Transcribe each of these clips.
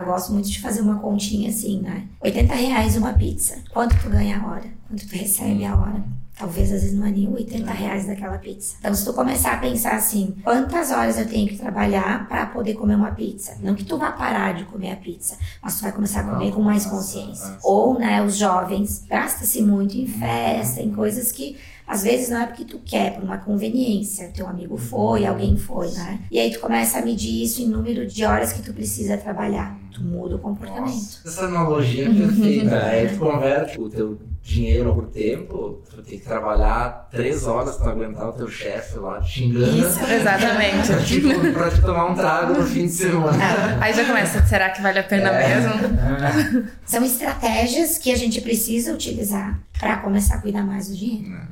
Eu gosto muito de fazer uma continha assim, né? R$80 uma pizza. Quanto tu ganha a hora? Quanto tu recebe a hora? Talvez às vezes não é nem R$80 daquela pizza. Então, se tu começar a pensar assim, quantas horas eu tenho que trabalhar para poder comer uma pizza? Não que tu vá parar de comer a pizza, mas tu vai começar a comer com mais consciência. Ou, né, os jovens, gasta-se muito em festa, em coisas que às vezes não é porque tu quer, por uma conveniência. Teu amigo foi, alguém foi, né? E aí tu começa a medir isso em número de horas que tu precisa trabalhar. Tu muda o comportamento. Nossa, essa analogia é perfeita. Aí tu converte o teu dinheiro por tempo, tu tem que trabalhar 3 horas pra aguentar o teu chefe lá te xingando. Isso, exatamente. pra te tomar um trago no fim de semana. Aí já começa, será que vale a pena mesmo? São estratégias que a gente precisa utilizar para começar a cuidar mais do dinheiro.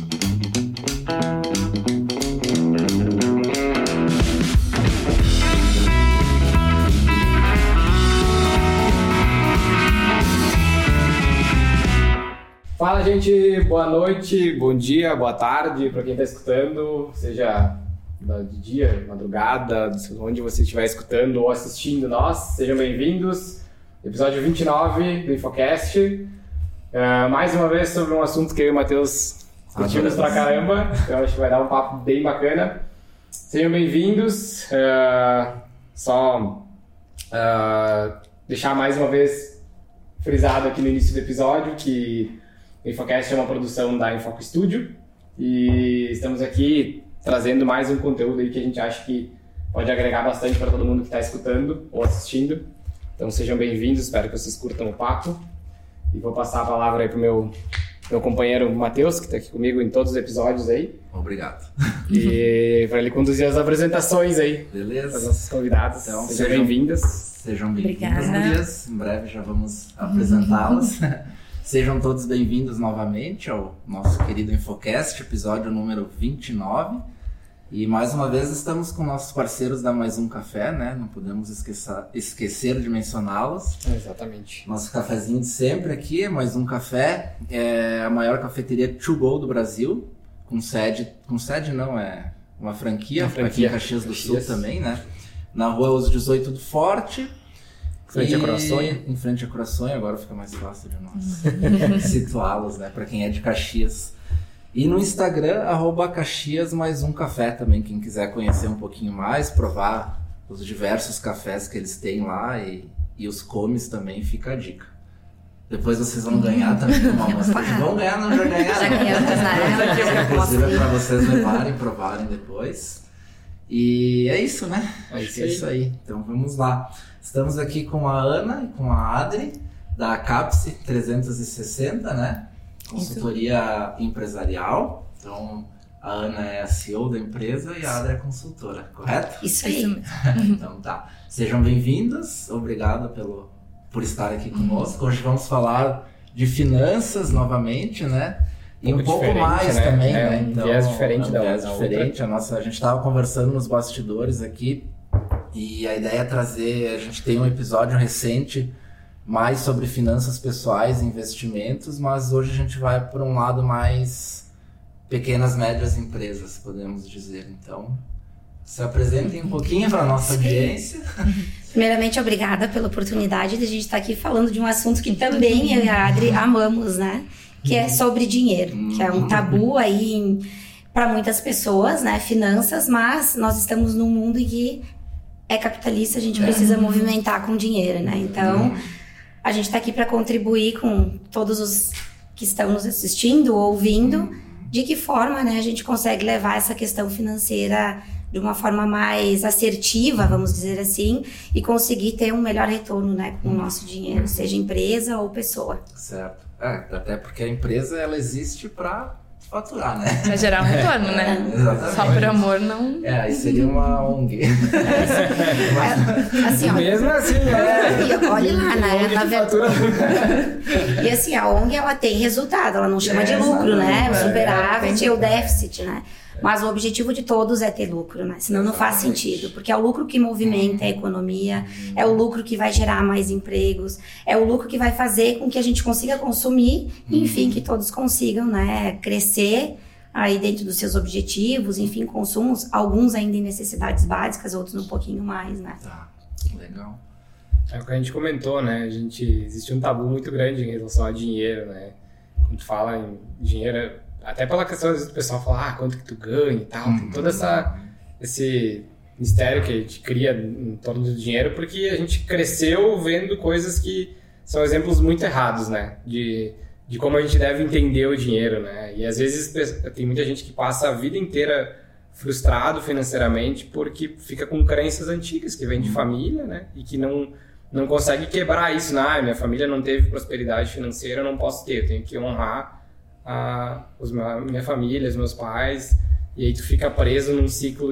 Fala, gente, boa noite, bom dia, boa tarde para quem está escutando, seja de dia, madrugada, onde você estiver escutando ou assistindo nós, sejam bem-vindos. Episódio 29 do Infocast. Mais uma vez sobre um assunto que eu e o Matheus curtimos pra caramba, então acho que vai dar um papo bem bacana. Sejam bem-vindos. Deixar mais uma vez frisado aqui no início do episódio que o Infocast é uma produção da Infoco Studio e estamos aqui trazendo mais um conteúdo aí que a gente acha que pode agregar bastante para todo mundo que está escutando ou assistindo. Então sejam bem-vindos, espero que vocês curtam o papo. E vou passar a palavra aí pro meu companheiro Matheus, que está aqui comigo em todos os episódios aí. Obrigado. E para ele conduzir as apresentações aí. Beleza. Para os nossos convidados. Então, sejam bem-vindas. Sejam bem-vindas, gurias. Em breve já vamos apresentá-las. Sejam todos bem-vindos novamente ao nosso querido Infocast, episódio número 29. E mais uma vez estamos com nossos parceiros da Mais Um Café, né? Não podemos esquecer de mencioná-los. Exatamente. Nosso cafezinho de sempre aqui, Mais Um Café, é a maior cafeteria to go do Brasil, com sede não, é uma franquia aqui em Caxias do Sul também, né? Na rua Os 18 do Forte. Em frente a Corações, agora fica mais fácil de nós situá-los, né? Para quem é de Caxias. E no Instagram, @Caxias Mais Um Café também, quem quiser conhecer um pouquinho mais, provar os diversos cafés que eles têm lá e os comes também, fica a dica. Depois vocês vão ganhar também uma amostra. Vão ganhar, não já ganharam. Já ganhamos, né? Inclusive é para vocês levarem, provarem depois. E é isso, né? Acho que é isso aí. Então vamos lá. Estamos aqui com a Ana e com a Adri, da CAPSE 360, né? Consultoria empresarial. Então, a Ana é a CEO da empresa e a Adri é consultora, correto? Isso aí. Então tá. Sejam bem-vindas. Obrigado por estar aqui conosco. Hoje vamos falar de finanças novamente, né? E um pouco mais, né? Também, né? Um viés diferente da outra. A gente estava conversando nos bastidores aqui e a ideia é trazer... A gente tem um episódio recente mais sobre finanças pessoais e investimentos, mas hoje a gente vai por um lado mais pequenas, médias empresas, podemos dizer. Então, se apresentem um pouquinho para a nossa audiência. Primeiramente, obrigada pela oportunidade de a gente estar aqui falando de um assunto que também eu e a Adri amamos, né? Que é sobre dinheiro, que é um tabu aí para muitas pessoas, né? Finanças, mas nós estamos num mundo em que é capitalista, a gente precisa movimentar com dinheiro, né? Então, a gente está aqui para contribuir com todos os que estão nos assistindo, ouvindo, de que forma, né, a gente consegue levar essa questão financeira de uma forma mais assertiva, vamos dizer assim, e conseguir ter um melhor retorno, né, com o nosso dinheiro, seja empresa ou pessoa. Certo. Até porque a empresa, ela existe para faturar, né? Pra gerar um retorno, né? Exatamente. Só por amor não... Aí seria uma ONG. Assim, ó, mesmo assim, né? Olha lá, né? Na verdade. E assim, a ONG, ela tem resultado, ela não chama de lucro, né? O superávit e o déficit, né? Mas o objetivo de todos é ter lucro, né? Senão não faz sentido, porque é o lucro que movimenta a economia, é o lucro que vai gerar mais empregos, é o lucro que vai fazer com que a gente consiga consumir, enfim, que todos consigam, né, crescer aí dentro dos seus objetivos, enfim, consumos, alguns ainda em necessidades básicas, outros um pouquinho mais, né? Tá, legal. É o que a gente comentou, né? Existe um tabu muito grande em relação a dinheiro, né? Quando tu fala em dinheiro, até pela questão, às vezes o pessoal fala, quanto que tu ganha e tal. Tem todo esse mistério que a gente cria em torno do dinheiro, porque a gente cresceu vendo coisas que são exemplos muito errados, né? De como a gente deve entender o dinheiro, né? E às vezes tem muita gente que passa a vida inteira frustrado financeiramente porque fica com crenças antigas que vêm de família, né? E que não consegue quebrar isso. Minha família não teve prosperidade financeira, eu não posso ter. Eu tenho que honrar minha família, os meus pais. E aí tu fica preso num ciclo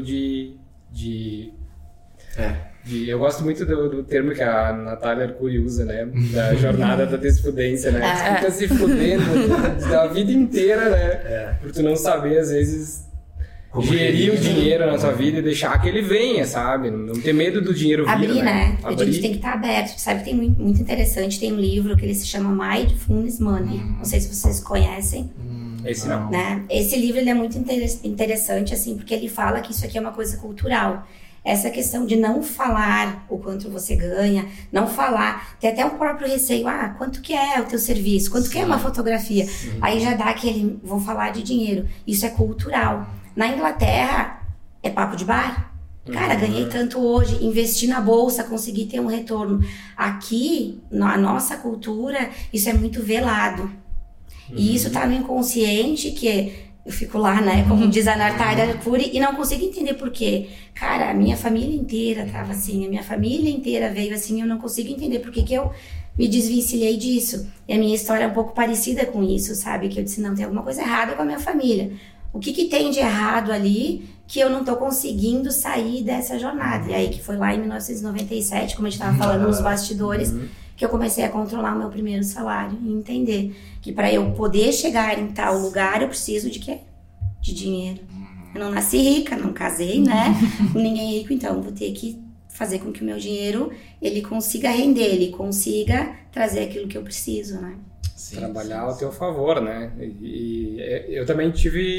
eu gosto muito do termo que a Natália Arcuri usa, né? Da jornada da desfudência, né? Tu fica se fudendo a vida inteira, né? Por tu não saber, às vezes, gerir o dinheiro na tua vida e deixar que ele venha, sabe? Não ter medo do dinheiro vir, abrir, né? A gente tem que estar aberto. Sabe que tem muito interessante, tem um livro que ele se chama Mindfulness Money. Não sei se vocês conhecem. Esse não. Né? Esse livro ele é muito interessante, assim, porque ele fala que isso aqui é uma coisa cultural. Essa questão de não falar o quanto você ganha, não falar, tem até um próprio receio, quanto que é o teu serviço, quanto que é uma fotografia. Aí já dá aquele, vou falar de dinheiro. Isso é cultural. Na Inglaterra, é papo de bar. Cara, ganhei tanto hoje, investi na bolsa, consegui ter um retorno. Aqui, na nossa cultura, isso é muito velado. E isso tá no inconsciente, que eu fico lá, né, como diz a Natália Arcuri, e não consigo entender por quê. Cara, a minha família inteira tava assim, a minha família inteira veio assim, eu não consigo entender por que eu me desvencilhei disso. E a minha história é um pouco parecida com isso, sabe? Que eu disse, não, tem alguma coisa errada com a minha família. O que tem de errado ali que eu não tô conseguindo sair dessa jornada? E aí que foi lá em 1997, como a gente tava falando nos bastidores, que eu comecei a controlar o meu primeiro salário e entender que para eu poder chegar em tal lugar, eu preciso de quê? De dinheiro. Eu não nasci rica, não casei, né? Ninguém é rico, então vou ter que fazer com que o meu dinheiro, ele consiga render, ele consiga trazer aquilo que eu preciso, né? Trabalhar ao teu favor, né? E eu também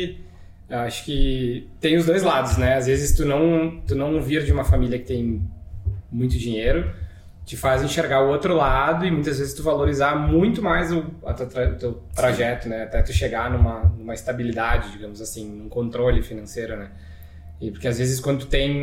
acho que tem os dois lados, né? Às vezes tu não vir de uma família que tem muito dinheiro, te faz enxergar o outro lado e muitas vezes tu valorizar muito mais o teu trajeto, né? Até tu chegar numa estabilidade, digamos assim, num controle financeiro, né? E porque às vezes quando tu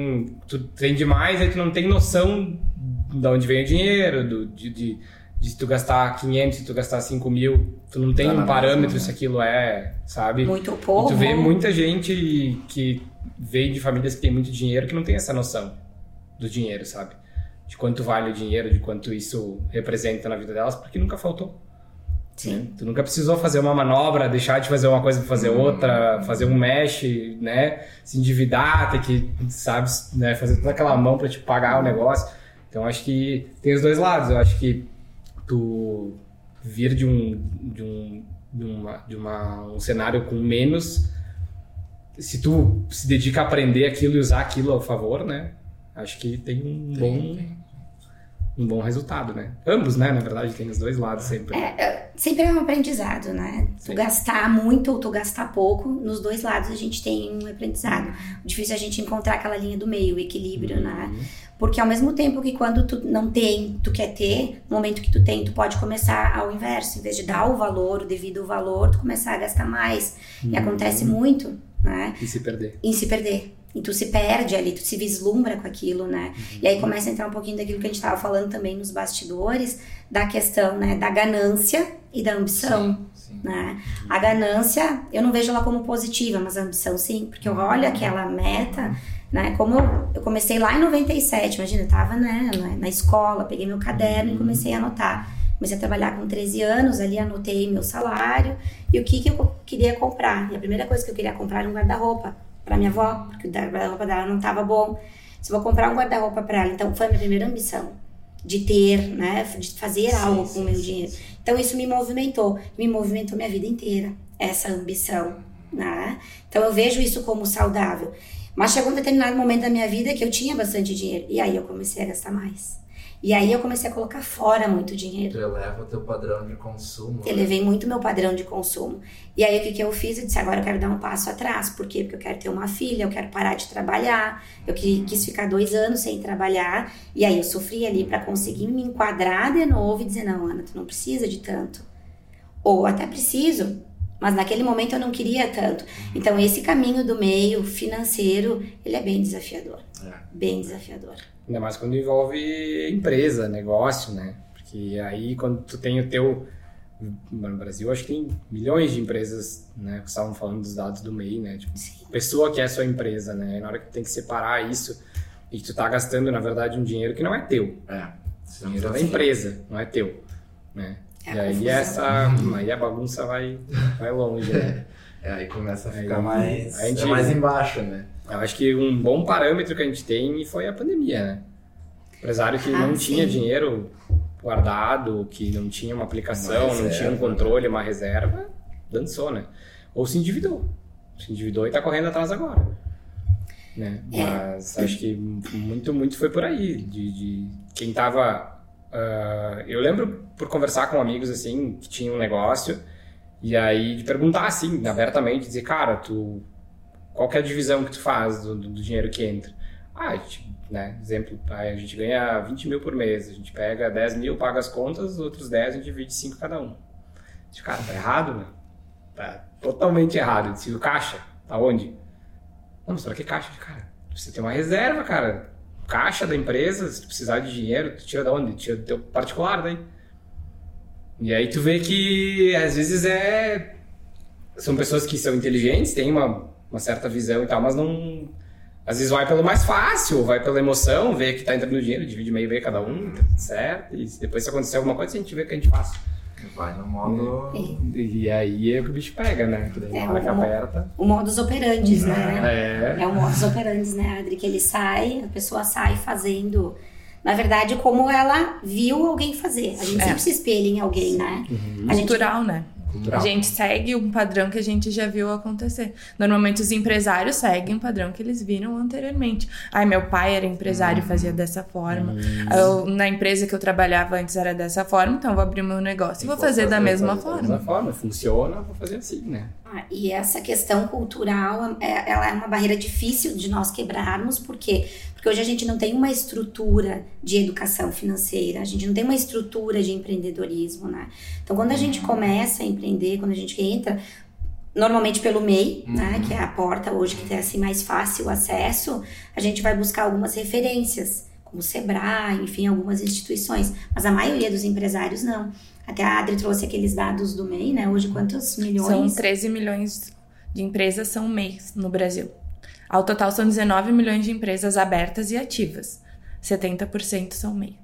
tem demais, aí tu não tem noção de onde vem o dinheiro, de se tu gastar 500, se tu gastar 5 mil, tu não tem um parâmetro se aquilo sabe? Muito pouco. E tu vê muita gente que vem de famílias que tem muito dinheiro que não tem essa noção do dinheiro, sabe? De quanto vale o dinheiro, de quanto isso representa na vida delas, porque nunca faltou. Sim. Né? Tu nunca precisou fazer uma manobra, deixar de fazer uma coisa para fazer outra, fazer um mesh, né? Se endividar, ter que, sabe, né? Fazer toda aquela mão para te pagar o negócio. Então, acho que tem os dois lados. Eu acho que tu vir de um cenário com menos, se tu se dedica a aprender aquilo e usar aquilo ao favor, né? Acho que tem um bom resultado, né? Ambos, né? Na verdade, tem os dois lados sempre. Sempre é um aprendizado, né? Sim. Tu gastar muito ou tu gastar pouco, nos dois lados a gente tem um aprendizado. O difícil é a gente encontrar aquela linha do meio, o equilíbrio, né? Porque ao mesmo tempo que quando tu não tem, tu quer ter, no momento que tu tem, tu pode começar ao inverso. Em vez de dar o valor, o devido valor, tu começar a gastar mais. E acontece muito, né? E se perder. E tu se perde ali, tu se vislumbra com aquilo, né? E aí começa a entrar um pouquinho daquilo que a gente estava falando também nos bastidores, da questão, né, da ganância e da ambição, sim. Né? A ganância, eu não vejo ela como positiva, mas a ambição sim, porque eu olho aquela meta, né? Como eu comecei lá em 97, imagina, eu tava, né, na escola, peguei meu caderno e comecei a anotar. Comecei a trabalhar com 13 anos, ali anotei meu salário e o que eu queria comprar. E a primeira coisa que eu queria comprar era um guarda-roupa para minha avó, porque o guarda-roupa dela não estava bom. Se eu vou comprar um guarda-roupa para ela, então foi a minha primeira ambição de ter, né, de fazer algo com o meu dinheiro. Então isso me movimentou minha vida inteira, essa ambição, né? Então eu vejo isso como saudável. Mas chegou um determinado momento da minha vida que eu tinha bastante dinheiro e aí eu comecei a gastar mais. E aí eu comecei a colocar fora muito dinheiro. Tu eleva o teu padrão de consumo. Elevei muito meu padrão de consumo. E aí o que eu fiz? Eu disse, agora eu quero dar um passo atrás. Por quê? Porque eu quero ter uma filha, eu quero parar de trabalhar. Eu quis ficar 2 anos sem trabalhar. E aí eu sofri ali para conseguir me enquadrar de novo e dizer, não, Ana, tu não precisa de tanto. Ou até preciso, mas naquele momento eu não queria tanto. Então esse caminho do meio financeiro, ele é bem desafiador. Bem desafiador. Ainda mais quando envolve empresa, negócio, né? Porque aí quando tu tem o teu... No Brasil, acho que tem milhões de empresas, né? Que estavam falando dos dados do MEI, né? Tipo, pessoa que é a sua empresa, né? Na hora que tu tem que separar isso e que tu tá gastando, na verdade, um dinheiro que não é teu. O dinheiro é da empresa, não é teu, né? E aí aí a bagunça vai longe, né? Aí começa a ficar mais embaixo, né? Eu acho que um bom parâmetro que a gente tem foi a pandemia, né? O empresário que não tinha dinheiro guardado, que não tinha uma aplicação, não tinha um controle, uma reserva, dançou, né? Ou se endividou. Se endividou e tá correndo atrás agora. Né? Mas acho que muito foi por aí. De quem tava... eu lembro por conversar com amigos, assim, que tinham um negócio, e aí de perguntar, assim, abertamente, dizer, cara, qual que é a divisão que tu faz do dinheiro que entra? Né, exemplo, a gente ganha 20 mil por mês, a gente pega 10 mil, paga as contas, os outros 10 a gente divide 5 cada um. Cara, tá errado, né? Tá totalmente errado. Eu disse, o caixa, tá onde? Não, mas pra que caixa? Cara, você tem uma reserva, cara. Caixa da empresa, se tu precisar de dinheiro, tu tira da onde? Tira do teu particular, daí. E aí tu vê que, às vezes, são pessoas que são inteligentes, têm uma certa visão e tal, mas não... Às vezes vai pelo mais fácil, vai pela emoção, vê que tá entrando dinheiro, divide meio cada um, tá tudo certo. E depois se acontecer alguma coisa, a gente vê o que a gente faz. Vai no modo... E aí é que o bicho pega, né? Na hora que aperta... O modus operandi, né? É o modus operandi, né, Adri? Que a pessoa sai fazendo... Na verdade, como ela viu alguém fazer. A gente sempre se espelha em alguém, né? Cultural, né? A gente segue um padrão que a gente já viu acontecer. Normalmente os empresários seguem um padrão que eles viram anteriormente. Meu pai era empresário e fazia dessa forma. Na empresa que eu trabalhava antes era dessa forma, então eu vou abrir o meu negócio e vou fazer da mesma forma. Funciona, vou fazer assim, né? E essa questão cultural, ela é uma barreira difícil de nós quebrarmos, por quê? Porque hoje a gente não tem uma estrutura de educação financeira, a gente não tem uma estrutura de empreendedorismo, né? Então, quando a gente começa a empreender, quando a gente entra, normalmente pelo MEI, né, que é a porta hoje que tem assim mais fácil acesso, a gente vai buscar algumas referências, como o Sebrae, enfim, algumas instituições, mas a maioria dos empresários não. Até a Adri trouxe aqueles dados do MEI, né? Hoje, quantos milhões? São 13 milhões de empresas são MEI no Brasil. Ao total, são 19 milhões de empresas abertas e ativas. 70% são MEI.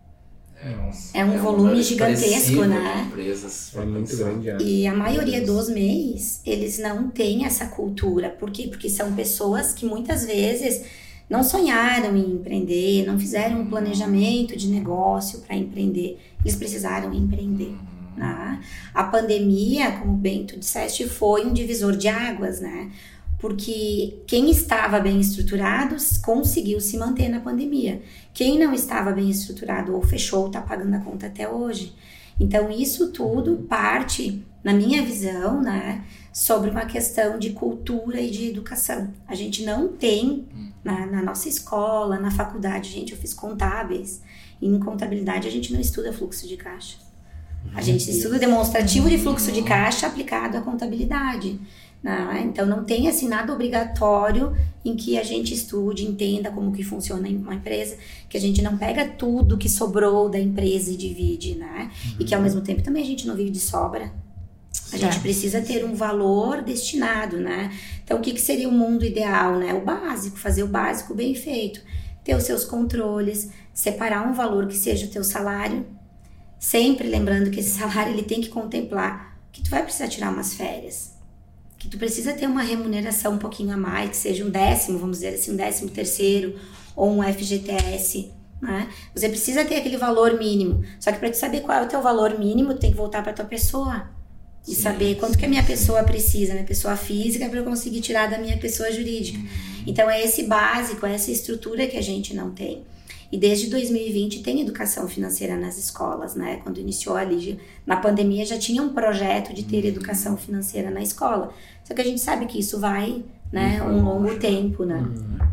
É um volume gigantesco, né? Empresas, é muito grande. E a maioria dos MEIs, eles não têm essa cultura. Por quê? Porque são pessoas que muitas vezes não sonharam em empreender, não fizeram um planejamento de negócio para empreender. Eles precisaram empreender. Né? A pandemia, como bem tu disseste, foi um divisor de águas, né? Porque quem estava bem estruturado conseguiu se manter na pandemia. Quem não estava bem estruturado ou fechou ou está pagando a conta até hoje. Então, isso tudo parte, na minha visão, né, sobre uma questão de cultura e de educação. A gente não tem, na nossa escola, na faculdade, gente, eu fiz contábeis. E em contabilidade, a gente não estuda fluxo de caixa. A gente estuda demonstrativo de fluxo de caixa aplicado à contabilidade. Então, não tem assim nada obrigatório em que a gente estude, entenda como que funciona uma empresa, que a gente não pega tudo que sobrou da empresa e divide, né? E que ao mesmo tempo também a gente não vive de sobra. A gente precisa ter um valor destinado, né? Então, o que seria o mundo ideal, né? O básico, fazer o básico bem feito. Ter os seus controles, separar um valor que seja o teu salário, sempre lembrando que esse salário ele tem que contemplar que tu vai precisar tirar umas férias. Que tu precisa ter uma remuneração um pouquinho a mais, que seja um 10º, vamos dizer assim, um 13º, ou um FGTS, né? Você precisa ter aquele valor mínimo. Só que para tu saber qual é o teu valor mínimo, tu tem que voltar para tua pessoa. E saber quanto que a minha pessoa precisa, minha pessoa física, para eu conseguir tirar da minha pessoa jurídica. Então é esse básico, é essa estrutura que a gente não tem. E desde 2020 tem educação financeira nas escolas, né? Quando iniciou ali, na pandemia já tinha um projeto de ter educação financeira na escola. Só que a gente sabe que isso vai, né, um longo tempo, né?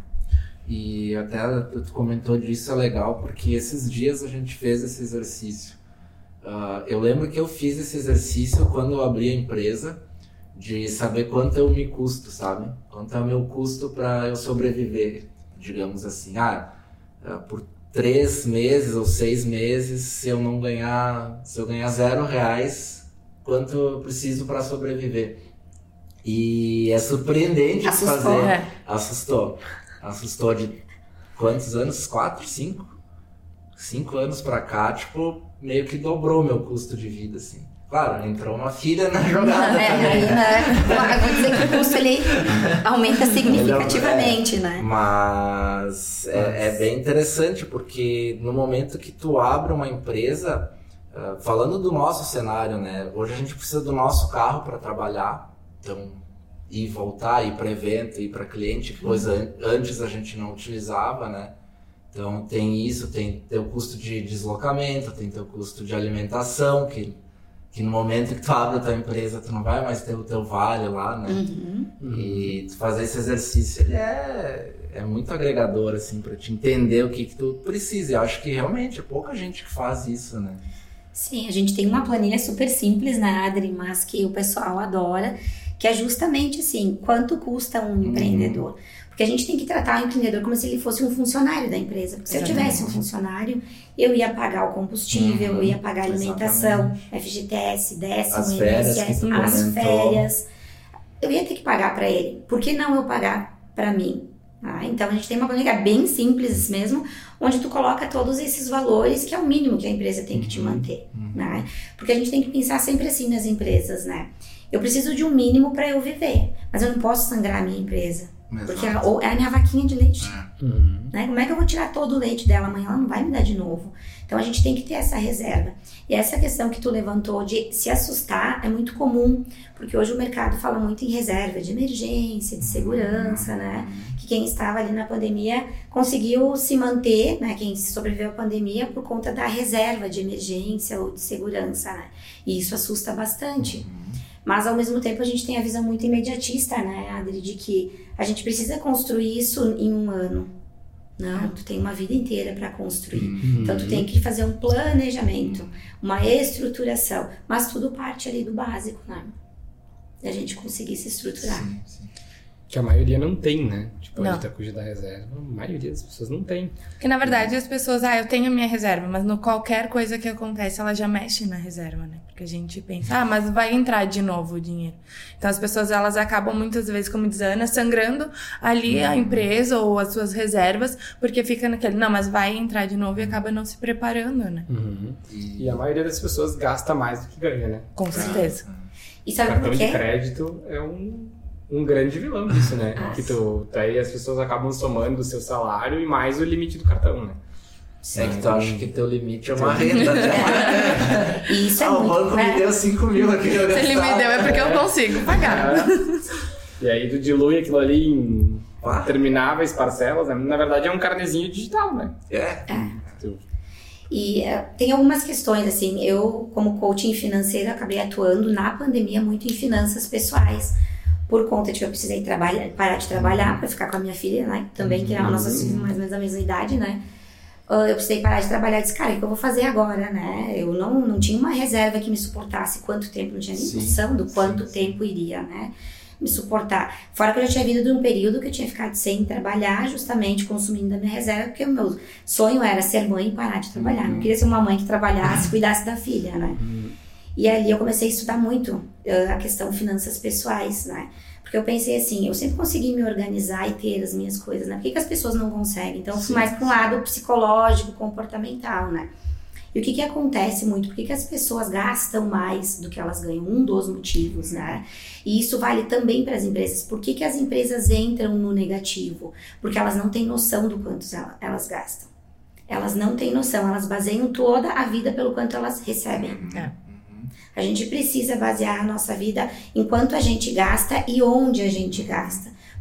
E até tu comentou disso, é legal, porque esses dias a gente fez esse exercício. Eu lembro que eu fiz esse exercício quando eu abri a empresa, de saber quanto eu me custo, sabe? Quanto é o meu custo para eu sobreviver, digamos assim. Por 3 meses ou 6 meses, se eu ganhar R$0, quanto eu preciso para sobreviver? E é surpreendente fazer. Assustou de quantos anos? 4, 5? 5 anos pra cá, tipo, meio que dobrou meu custo de vida, assim. Claro, entrou uma filha na jogada também. Aí, né? Eu vou dizer que o custo, ele aumenta significativamente, né? Mas é bem interessante, porque no momento que tu abre uma empresa, falando do nosso cenário, né? Hoje a gente precisa do nosso carro para trabalhar, então ir voltar, ir para evento, ir para cliente, coisa antes a gente não utilizava, né? Então tem isso, tem teu custo de deslocamento, tem teu custo de alimentação, que no momento que tu abre a tua empresa, tu não vai mais ter o teu vale lá, né? E tu fazer esse exercício, ele é muito agregador, assim, pra te entender o que tu precisa. Eu acho que realmente é pouca gente que faz isso, né? Sim, a gente tem uma planilha super simples, né, Adri, mas que o pessoal adora, que é justamente assim, quanto custa um empreendedor. Porque a gente tem que tratar o empreendedor como se ele fosse um funcionário da empresa. Porque se eu tivesse um funcionário, eu ia pagar o combustível, eu ia pagar a alimentação, FGTS, décimo, INSS, as férias. Eu ia ter que pagar para ele. Por que não eu pagar para mim? Então a gente tem uma planilha bem simples mesmo, onde tu coloca todos esses valores, que é o mínimo que a empresa tem que te manter. Né? Porque a gente tem que pensar sempre assim nas empresas, né? Eu preciso de um mínimo para eu viver, mas eu não posso sangrar a minha empresa. Porque é a minha vaquinha de leite. Né? Como é que eu vou tirar todo o leite dela amanhã? Ela não vai me dar de novo. Então a gente tem que ter essa reserva. E essa questão que tu levantou de se assustar é muito comum, porque hoje o mercado fala muito em reserva de emergência, de segurança, né? Que quem estava ali na pandemia conseguiu se manter, né? Quem sobreviveu à pandemia por conta da reserva de emergência ou de segurança, né? E isso assusta bastante. Mas, ao mesmo tempo, a gente tem a visão muito imediatista, né, Adri, de que a gente precisa construir isso em 1 ano. Não, tu tem uma vida inteira para construir. Então, tu tem que fazer um planejamento, uma estruturação. Mas tudo parte ali do básico, né? Da gente conseguir se estruturar. Sim. Que a maioria não tem, né? Tipo, a cuja da reserva. A maioria das pessoas não tem. Porque, na verdade, as pessoas... eu tenho a minha reserva, mas no qualquer coisa que acontece, ela já mexe na reserva, né? Porque a gente pensa, mas vai entrar de novo o dinheiro. Então, as pessoas, elas acabam muitas vezes, como diz a Ana, sangrando ali a empresa ou as suas reservas, porque fica naquele, não, mas vai entrar de novo e acaba não se preparando, né? E a maioria das pessoas gasta mais do que ganha, né? Com certeza. E sabe Cartão por quê? de crédito é um grande vilão disso, né? Que daí as pessoas acabam somando o seu salário e mais o limite do cartão, né? É que tu acha que teu limite é uma renda. E isso é muito... O banco me deu 5 mil aqui. Se ele me deu é porque eu consigo pagar. E aí tu dilui aquilo ali em intermináveis parcelas, né? Na verdade é um carnezinho digital, né? E tem algumas questões, assim, eu como coaching financeiro acabei atuando na pandemia muito em finanças pessoais, por conta de que eu precisei parar de trabalhar para ficar com a minha filha, né? Também, que é a nossa filha mais ou menos da mesma idade, né? Eu precisei parar de trabalhar e disse, cara, o que eu vou fazer agora, né? Eu não tinha uma reserva que me suportasse quanto tempo, não tinha nem noção do quanto tempo iria, né? Me suportar. Fora que eu já tinha vindo de um período que eu tinha ficado sem trabalhar, justamente consumindo da minha reserva, porque o meu sonho era ser mãe e parar de trabalhar. Não queria ser uma mãe que trabalhasse e cuidasse da filha, né? E ali eu comecei a estudar muito a questão finanças pessoais, né? Porque eu pensei assim, eu sempre consegui me organizar e ter as minhas coisas, né? Por que as pessoas não conseguem? Então, eu fui mais para um lado psicológico, comportamental, né? E o que acontece muito? Por que as pessoas gastam mais do que elas ganham? Um dos motivos, né? E isso vale também para as empresas. Por que as empresas entram no negativo? Porque elas não têm noção do quanto elas gastam. Elas não têm noção, elas baseiam toda a vida pelo quanto elas recebem. A gente precisa basear a nossa vida em quanto a gente gasta e onde a gente gasta.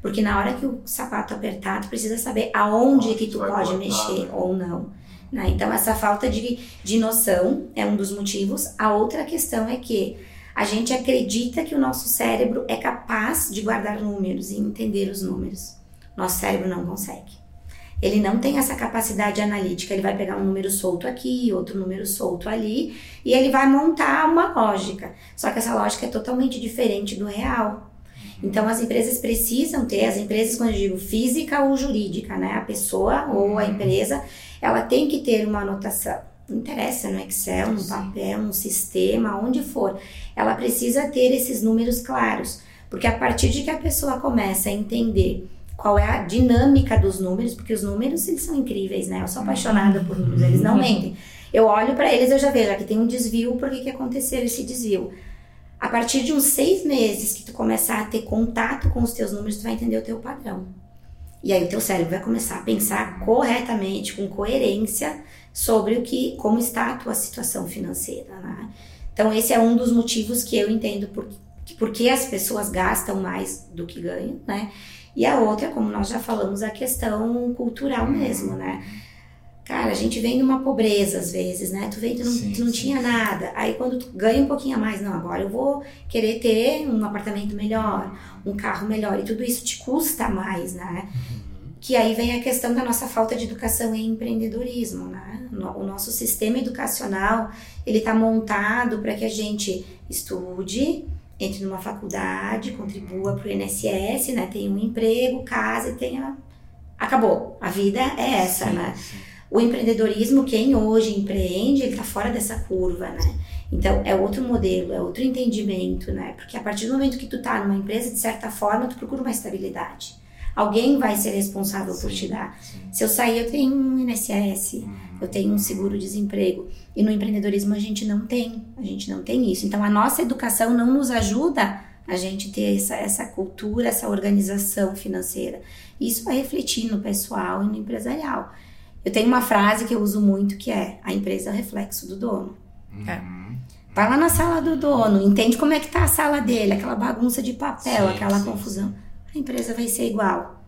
Porque na hora que o sapato apertar, tu precisa saber aonde que tu pode mexer ou não. Né? Então, essa falta de noção é um dos motivos. A outra questão é que a gente acredita que o nosso cérebro é capaz de guardar números e entender os números. Nosso cérebro não consegue. Ele não tem essa capacidade analítica. Ele vai pegar um número solto aqui, outro número solto ali, e ele vai montar uma lógica. Só que essa lógica é totalmente diferente do real. Então, as empresas precisam ter, as empresas, quando eu digo física ou jurídica, né? A pessoa ou a empresa, ela tem que ter uma anotação. Não interessa no Excel, no papel, no sistema, onde for. Ela precisa ter esses números claros. Porque a partir de que a pessoa começa a entender qual é a dinâmica dos números, porque os números, eles são incríveis, né? Eu sou apaixonada por números, eles não mentem. Eu olho para eles, eu já vejo, aqui tem um desvio, por que aconteceu esse desvio? A partir de uns 6 meses que tu começar a ter contato com os teus números, tu vai entender o teu padrão. E aí o teu cérebro vai começar a pensar corretamente, com coerência, sobre como está a tua situação financeira, né? Então esse é um dos motivos que eu entendo porque as pessoas gastam mais do que ganham, né? E a outra, como nós já falamos, a questão cultural mesmo, né? Cara, a gente vem de uma pobreza às vezes, né? Tu não tinha nada. Aí quando tu ganha um pouquinho a mais, não, agora eu vou querer ter um apartamento melhor, um carro melhor. E tudo isso te custa mais, né? Que aí vem a questão da nossa falta de educação em empreendedorismo, né? O nosso sistema educacional, ele tá montado para que a gente estude, entre numa faculdade, contribua pro INSS, né? Tenha um emprego, casa e tenha... Acabou. A vida é essa, né? O empreendedorismo, quem hoje empreende, ele tá fora dessa curva, né? Então, é outro modelo, é outro entendimento, né? Porque a partir do momento que tu tá numa empresa, de certa forma, tu procura uma estabilidade. Alguém vai ser responsável por te dar. Se eu sair, eu tenho um INSS, eu tenho um seguro-desemprego. E no empreendedorismo a gente não tem isso. Então, a nossa educação não nos ajuda a gente ter essa cultura, essa organização financeira. Isso vai refletir no pessoal e no empresarial. Eu tenho uma frase que eu uso muito que é: a empresa é o reflexo do dono. Vai lá na sala do dono, entende como é que tá a sala dele, aquela bagunça de papel, aquela confusão. A empresa vai ser igual.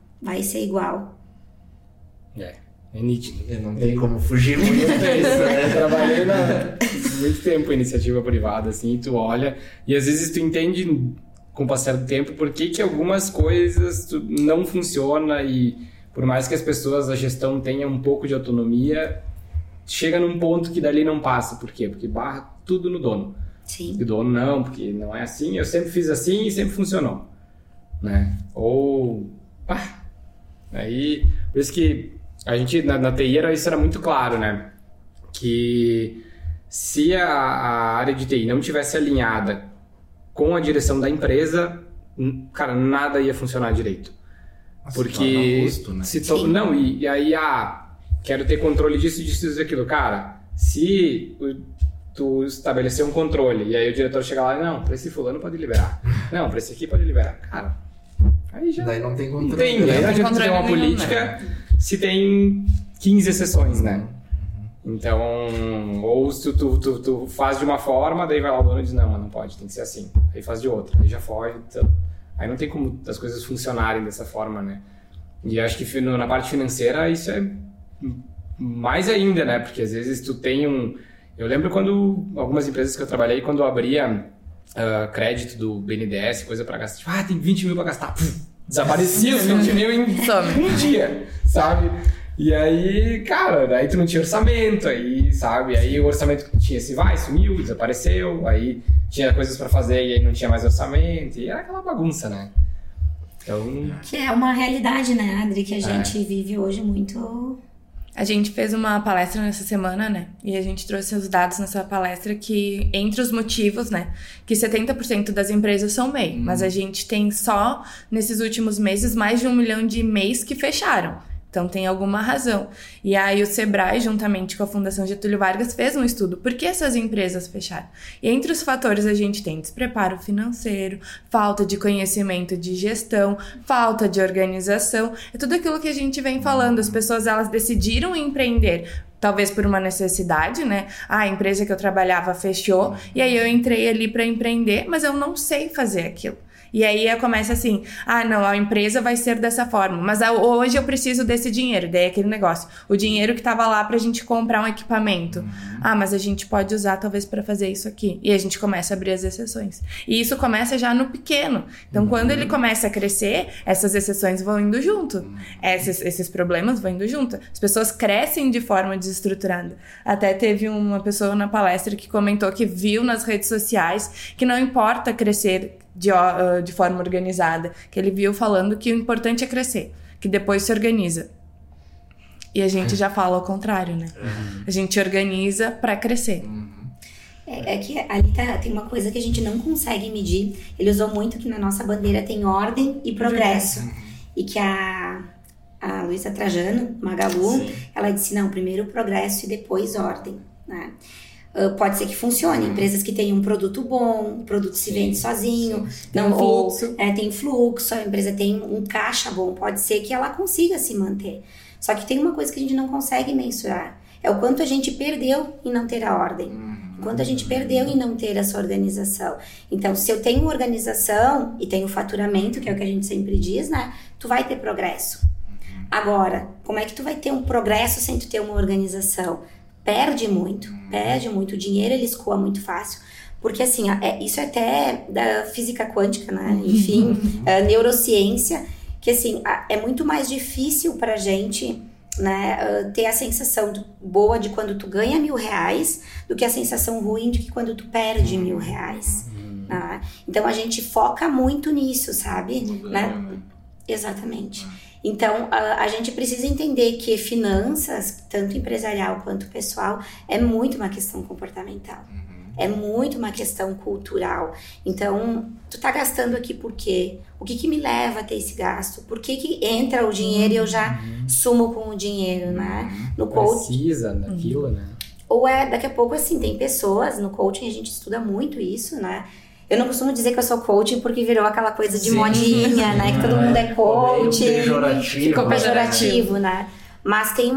É nítido. Não tem como fugir muito disso, né? Eu trabalhei muito tempo em iniciativa privada, assim, tu olha, e às vezes tu entende com o passar do tempo por que algumas coisas não funcionam, e por mais que as pessoas, a gestão tenha um pouco de autonomia, chega num ponto que dali não passa. Por quê? Porque barra tudo no dono. Sim. E o dono não, porque não é assim, eu sempre fiz assim e sempre funcionou, né? Ou... Aí, por isso que a gente, na TI, isso era muito claro, né? Que se a área de TI não tivesse alinhada com a direção da empresa, cara, nada ia funcionar direito. Porque custo, né? Não, e aí, quero ter controle disso, disso, daquilo. Cara, se tu estabelecer um controle e aí o diretor chega lá e não, pra esse fulano pode liberar. Não, pra esse aqui pode liberar. Cara, aí já... Daí não tem controle. Não tem, aí não adianta ter uma política se tem 15 exceções, né? Então, ou se tu faz de uma forma, daí vai lá o dono e diz, não, mas não pode, tem que ser assim. Aí faz de outra, aí já foge, então... Aí não tem como as coisas funcionarem dessa forma, né? E acho que na parte financeira isso é mais ainda, né? Porque às vezes tu tem Eu lembro quando algumas empresas que eu trabalhei, quando eu abria crédito do BNDES, coisa pra gastar, tipo, tem 20 mil pra gastar. Desaparecia os 20 mil em um dia, sabe? E aí, cara, daí tu não tinha orçamento, aí, sabe? Aí o orçamento que tinha sumiu, desapareceu, aí tinha coisas pra fazer e aí não tinha mais orçamento, e era aquela bagunça, né? Então... Que é uma realidade, né, Adri, que a gente vive hoje muito... A gente fez uma palestra nessa semana, né? E a gente trouxe os dados nessa palestra que, entre os motivos, né? Que 70% das empresas são MEI. Mas a gente tem só, nesses últimos meses, mais de 1 milhão de MEIs que fecharam. Então, tem alguma razão. E aí, o Sebrae, juntamente com a Fundação Getúlio Vargas, fez um estudo. Por que essas empresas fecharam? E entre os fatores, a gente tem despreparo financeiro, falta de conhecimento de gestão, falta de organização. É tudo aquilo que a gente vem falando. As pessoas, elas decidiram empreender, talvez por uma necessidade, né? A empresa que eu trabalhava fechou, e aí eu entrei ali para empreender, mas eu não sei fazer aquilo. E aí começa assim, não, a empresa vai ser dessa forma, mas hoje eu preciso desse dinheiro. Daí aquele negócio, o dinheiro que tava lá pra gente comprar um equipamento. Mas a gente pode usar talvez pra fazer isso aqui. E a gente começa a abrir as exceções. E isso começa já no pequeno. Então quando ele começa a crescer, essas exceções vão indo junto. Esses problemas vão indo junto. As pessoas crescem de forma desestruturada. Até teve uma pessoa na palestra que comentou que viu nas redes sociais que não importa crescer de forma organizada, que ele viu falando que o importante é crescer, que depois se organiza. E a gente já fala ao contrário, né? A gente organiza para crescer. É que ali tem uma coisa que a gente não consegue medir. Ele usou muito que na nossa bandeira tem ordem e progresso. E que a Luísa Trajano, Magalu, ela disse, não, primeiro progresso e depois ordem, né? Pode ser que funcione, empresas que têm um produto bom, o produto se vende sozinho, tem um fluxo. Tem fluxo, a empresa tem um caixa bom, pode ser que ela consiga se manter. Só que tem uma coisa que a gente não consegue mensurar, é o quanto a gente perdeu em não ter a ordem, o quanto a gente perdeu em não ter essa organização. Então, se eu tenho organização e tenho faturamento, que é o que a gente sempre diz, né, tu vai ter progresso. Agora, como é que tu vai ter um progresso sem tu ter uma organização? Perde muito, o dinheiro ele escoa muito fácil, porque assim, isso é até da física quântica, né, enfim, neurociência, que assim, é muito mais difícil pra gente, né, ter a sensação boa de quando tu ganha R$1.000 do que a sensação ruim de que quando tu perde R$1.000, né? Então a gente foca muito nisso, sabe, né? Exatamente. Então, a gente precisa entender que finanças, tanto empresarial quanto pessoal, é muito uma questão comportamental. É muito uma questão cultural. Então, tu tá gastando aqui por quê? O que me leva a ter esse gasto? Por que entra o dinheiro e eu já sumo com o dinheiro, né? No coaching. Precisa daquilo, né? Ou daqui a pouco, assim, tem pessoas, no coaching a gente estuda muito isso, né? Eu não costumo dizer que eu sou coaching porque virou aquela coisa de modinha, né? Que todo mundo é coaching. Ficou pejorativo, né? Mas tem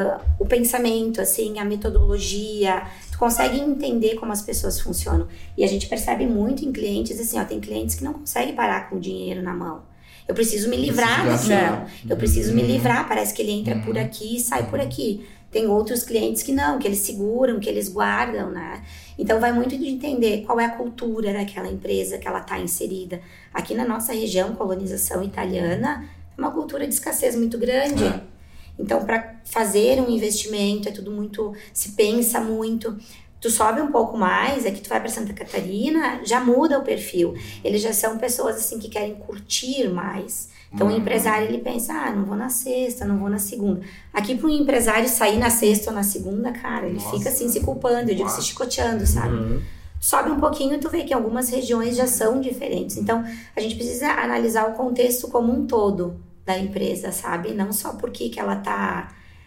o pensamento, assim, a metodologia. Tu consegue entender como as pessoas funcionam. E a gente percebe muito em clientes, assim, tem clientes que não conseguem parar com o dinheiro na mão. Eu preciso me livrar daquilo. Eu preciso me livrar. Parece que ele entra por aqui e sai por aqui. Tem outros clientes que não, que eles seguram, que eles guardam, né? Então vai muito de entender qual é a cultura daquela empresa que ela está inserida. Aqui na nossa região, colonização italiana, é uma cultura de escassez muito grande. Então, para fazer um investimento, é tudo muito, se pensa muito. Tu sobe um pouco mais, que tu vai para Santa Catarina, já muda o perfil. Eles já são pessoas assim que querem curtir mais. Então o empresário ele pensa, não vou na sexta, não vou na segunda. Aqui para um empresário sair na sexta ou na segunda, cara, ele fica assim se culpando, eu digo se chicoteando, sabe? Sobe um pouquinho e tu vê que algumas regiões já são diferentes. Então a gente precisa analisar o contexto como um todo da empresa, sabe? Não só porque que ela tá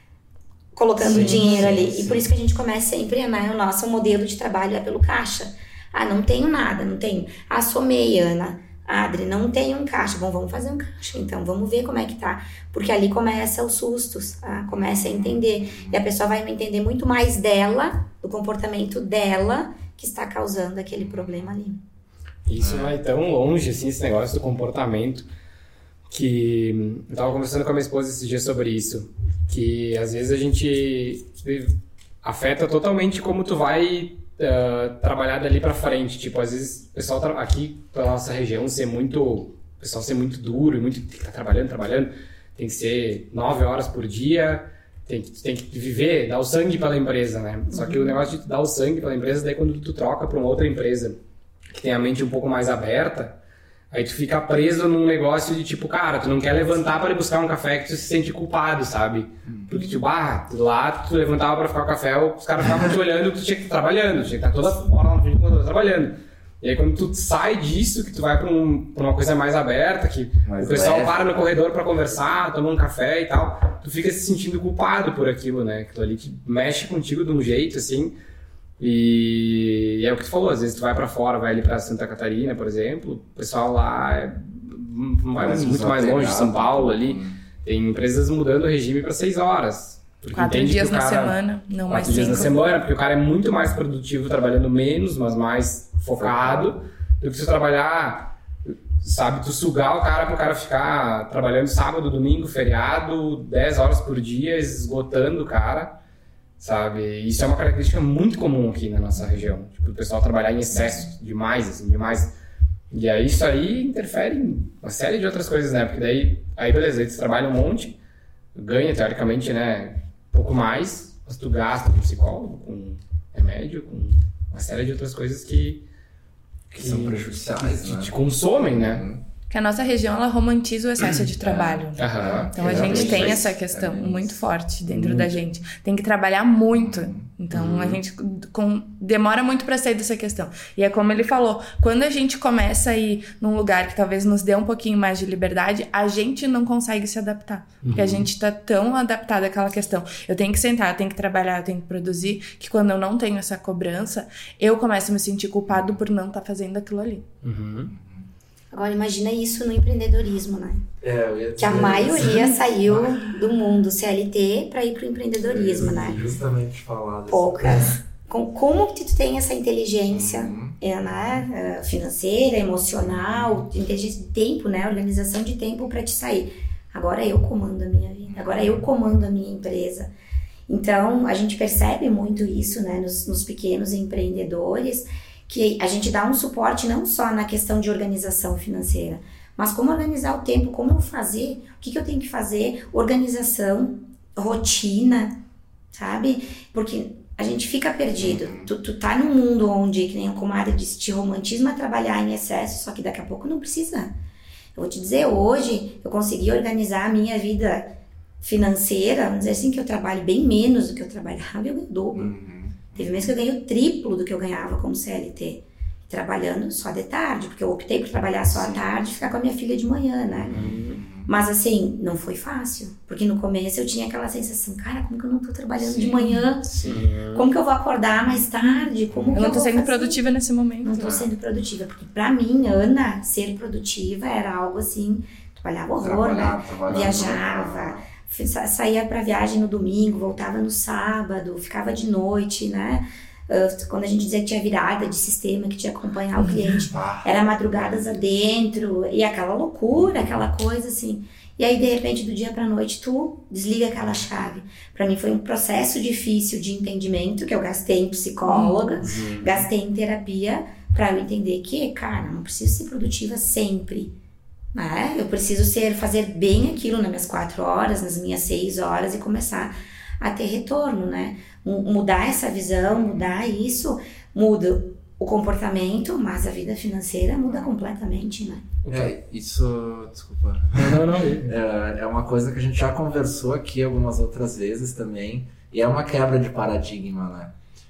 colocando dinheiro ali. E por isso que a gente começa sempre, né? O nosso modelo de trabalho é pelo caixa. Não tenho nada, não tenho. Sou meia, Ana. Adri, não tem um caixa. Bom, vamos fazer um caixa, então. Vamos ver como é que tá. Porque ali começa os sustos, começa a entender. E a pessoa vai entender muito mais dela, do comportamento dela, que está causando aquele problema ali. Isso vai tão longe, assim, esse negócio do comportamento, que eu tava conversando com a minha esposa esses dias sobre isso, que às vezes a gente afeta totalmente como tu vai trabalhar dali pra frente. Tipo, às vezes o pessoal aqui pela nossa região ser muito duro e muito tem que estar trabalhando, tem que ser 9 horas por dia, tem que viver, dar o sangue pela empresa, né? Só que o negócio de dar o sangue pela empresa, daí quando tu troca pra uma outra empresa que tem a mente um pouco mais aberta, aí tu fica preso num negócio de tipo, cara, tu não quer levantar para ir buscar um café que tu se sente culpado, sabe? Porque tipo, lá tu levantava para ficar o café, os caras ficavam te olhando que tu tinha que estar trabalhando, tu tinha que estar toda hora na frente do computador trabalhando. E aí quando tu sai disso, que tu vai pra uma coisa mais aberta, que mais o pessoal leve, para no corredor para conversar, toma um café e tal, tu fica se sentindo culpado por aquilo, né? Aquilo ali que mexe contigo de um jeito, assim. E é o que tu falou, às vezes tu vai pra fora, vai ali pra Santa Catarina, por exemplo, o pessoal lá vai muito mais longe, São Paulo ali, tem empresas mudando o regime pra 6 horas. 4 dias na semana, não mais 5. 4 dias na semana, porque o cara é muito mais produtivo trabalhando menos, mas mais focado, do que se tu trabalhar sabe? Tu sugar o cara pro cara ficar trabalhando sábado, domingo, feriado, 10 horas por dia, esgotando o cara, sabe? Isso é uma característica muito comum aqui na nossa região. Tipo, o pessoal trabalhar em excesso, demais, assim, demais. E aí isso aí interfere em uma série de outras coisas, né? Porque aí beleza, aí tu trabalha um monte, ganha teoricamente, né, um pouco mais, mas tu gasta com psicólogo, com remédio, com uma série de outras coisas que são prejudiciais, né? Te consomem, né? Que a nossa região, ela romantiza o excesso de trabalho. Então a gente tem essa questão muito forte dentro da gente. Tem que trabalhar muito. Então a gente demora muito pra sair dessa questão. E é como ele falou, quando a gente começa a ir num lugar que talvez nos dê um pouquinho mais de liberdade, a gente não consegue se adaptar. Porque a gente tá tão adaptado àquela questão. Eu tenho que sentar, eu tenho que trabalhar, eu tenho que produzir, que quando eu não tenho essa cobrança, eu começo a me sentir culpado por não estar fazendo aquilo ali. Agora imagina isso no empreendedorismo, né? Eu ia dizer, que a maioria saiu do mundo CLT para ir pro empreendedorismo, né? Justamente falar desse Poucas. Como que tu tem essa inteligência né? Financeira, emocional, inteligência de tempo, né? Organização de tempo para te sair. Agora eu comando a minha vida, agora eu comando a minha empresa. Então, a gente percebe muito isso, né? Nos pequenos empreendedores, que a gente dá um suporte não só na questão de organização financeira, mas como organizar o tempo, como eu fazer, o que eu tenho que fazer, organização, rotina, sabe? Porque a gente fica perdido. Tu tá num mundo onde, que nem a comadre disse, te romantismo trabalhar em excesso, só que daqui a pouco não precisa. Eu vou te dizer, hoje eu consegui organizar a minha vida financeira, vamos dizer assim, que eu trabalho bem menos do que eu trabalhava, eu ganho o dobro. Teve mês que eu ganhei o triplo do que eu ganhava como CLT, trabalhando só de tarde, porque eu optei por trabalhar só à tarde e ficar com a minha filha de manhã, né? Mas assim, não foi fácil, porque no começo eu tinha aquela sensação, cara, como que eu não tô trabalhando de manhã? Como que eu vou acordar mais tarde? Como que eu não tô sendo fazer? produtiva nesse momento. Não tô sendo produtiva, porque pra mim, Ana, ser produtiva era algo assim, trabalhava horror, né? Viajava, saía pra viagem no domingo, voltava no sábado, ficava de noite, né? Quando a gente dizia que tinha virada de sistema, que tinha que acompanhar o cliente, era madrugadas adentro, e aquela loucura, aquela coisa assim. E aí, de repente, do dia pra noite, tu desliga aquela chave. Pra mim foi um processo difícil de entendimento, que eu gastei em psicóloga, gastei em terapia, pra eu entender que, cara, não preciso ser produtiva sempre. Né? Eu preciso fazer bem aquilo nas minhas 4 horas, nas minhas 6 horas e começar a ter retorno, né? Mudar essa visão, mudar isso, muda o comportamento, mas a vida financeira muda completamente, né? Isso, desculpa. Não. É uma coisa que a gente já conversou aqui algumas outras vezes também, e é uma quebra de paradigma, né?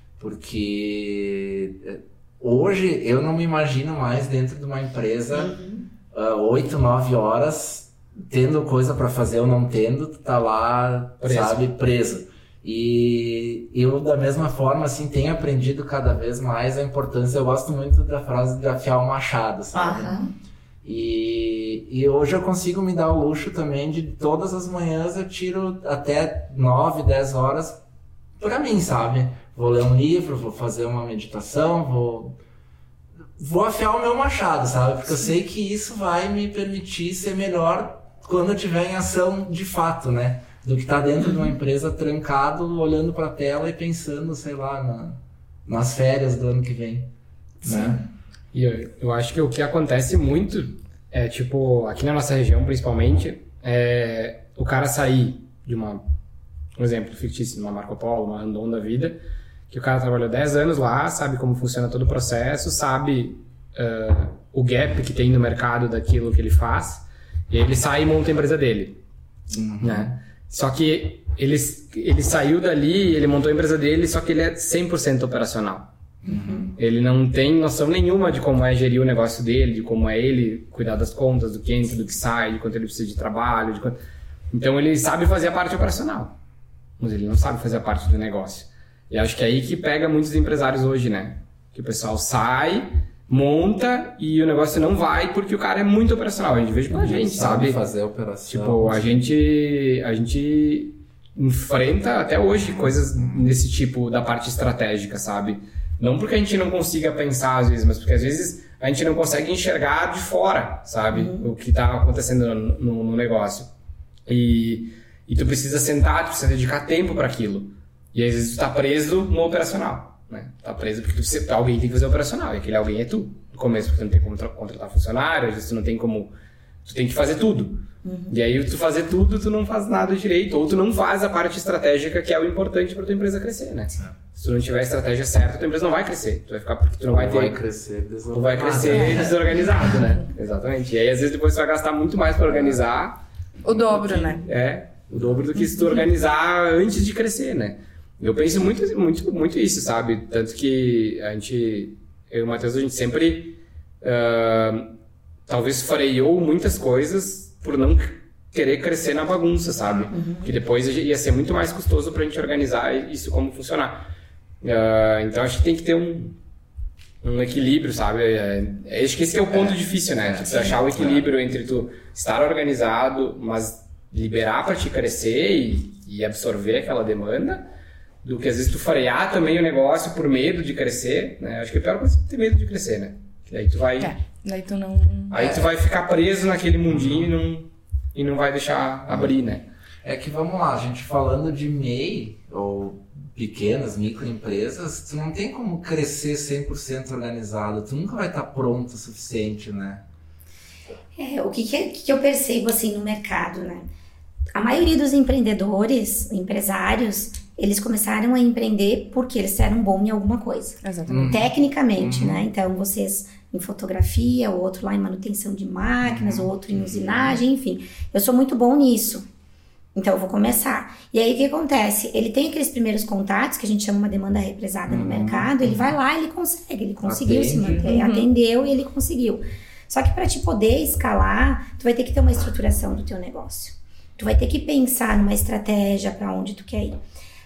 Porque hoje eu não me imagino mais dentro de uma empresa 8, 9 horas, tendo coisa pra fazer ou não tendo, tu tá lá, sabe, preso. E eu, da mesma forma, assim, tenho aprendido cada vez mais a importância, eu gosto muito da frase de afiar o machado, sabe? E hoje eu consigo me dar o luxo também de todas as manhãs eu tiro até 9, 10 horas pra mim, sabe? Vou ler um livro, vou fazer uma meditação, vou afiar o meu machado, sabe? Porque eu sei que isso vai me permitir ser melhor quando eu estiver em ação de fato, né? Do que estar dentro de uma empresa trancado, olhando para a tela e pensando, sei lá, nas férias do ano que vem. Né? E eu acho que o que acontece muito é, tipo, aqui na nossa região principalmente, o cara sair de um exemplo fictício, uma Marco Polo, uma Randon da vida, que o cara trabalhou 10 anos lá, sabe como funciona todo o processo, sabe o gap que tem no mercado daquilo que ele faz, e ele sai e monta a empresa dele. Né? Só que ele saiu dali, ele montou a empresa dele, só que ele é 100% operacional. Ele não tem noção nenhuma de como é gerir o negócio dele, de como é ele cuidar das contas, do que entra, do que sai, de quanto ele precisa de trabalho. Então ele sabe fazer a parte operacional, mas ele não sabe fazer a parte do negócio. E acho que é aí que pega muitos empresários hoje, né? Que o pessoal sai, monta e o negócio não vai porque o cara é muito operacional. A gente veja pela gente, sabe? Fazer a operação. Tipo, a gente enfrenta até hoje coisas nesse tipo da parte estratégica, sabe? Não porque a gente não consiga pensar às vezes, mas porque às vezes a gente não consegue enxergar de fora, sabe? O que tá acontecendo no negócio. E tu precisa sentar, tu precisa dedicar tempo para aquilo. E às vezes tu tá preso no operacional, né? Tá preso porque alguém tem que fazer o operacional, e aquele alguém é tu. No começo, porque tu não tem como contratar funcionário, às vezes tu não tem como... Tu tem que fazer tudo. E aí, tu fazer tudo, tu não faz nada direito, ou tu não faz a parte estratégica, que é o importante para tua empresa crescer, né? Se tu não tiver a estratégia certa, tua empresa não vai crescer. Tu vai ficar porque tu não vai ter... Tu vai crescer desorganizado, né? Exatamente. E aí, às vezes, depois tu vai gastar muito mais para organizar. O dobro, né? O dobro do que se tu organizar antes de crescer, né? Eu penso muito isso, sabe? Tanto que eu e o Matheus, a gente sempre talvez freou muitas coisas por não querer crescer na bagunça, sabe? Que depois ia ser muito mais custoso pra gente organizar isso como funcionar. Então acho que tem que ter um equilíbrio, sabe? Acho que esse que é o ponto difícil, né? Tu achar o equilíbrio entre tu estar organizado, mas liberar pra te crescer e absorver aquela demanda, do que às vezes tu frear também o negócio por medo de crescer, né? Acho que a pior coisa é ter medo de crescer, né? Que daí tu vai... Daí tu não... Aí tu vai ficar preso naquele mundinho e não vai deixar abrir, né? É que, vamos lá, a gente falando de MEI, ou pequenas, microempresas, tu não tem como crescer 100% organizado, tu nunca vai estar pronto o suficiente, né? O que eu percebo, assim, no mercado, né? A maioria dos empreendedores, empresários, eles começaram a empreender porque eles eram bons em alguma coisa. Exatamente. Tecnicamente, né? Então, vocês em fotografia, o outro lá em manutenção de máquinas, o outro em usinagem, enfim. Eu sou muito bom nisso. Então, eu vou começar. E aí, o que acontece? Ele tem aqueles primeiros contatos, que a gente chama uma demanda represada no mercado, ele vai lá e ele conseguiu se manter, atendeu e ele conseguiu. Só que para te poder escalar, tu vai ter que ter uma estruturação do teu negócio. Tu vai ter que pensar numa estratégia para onde tu quer ir.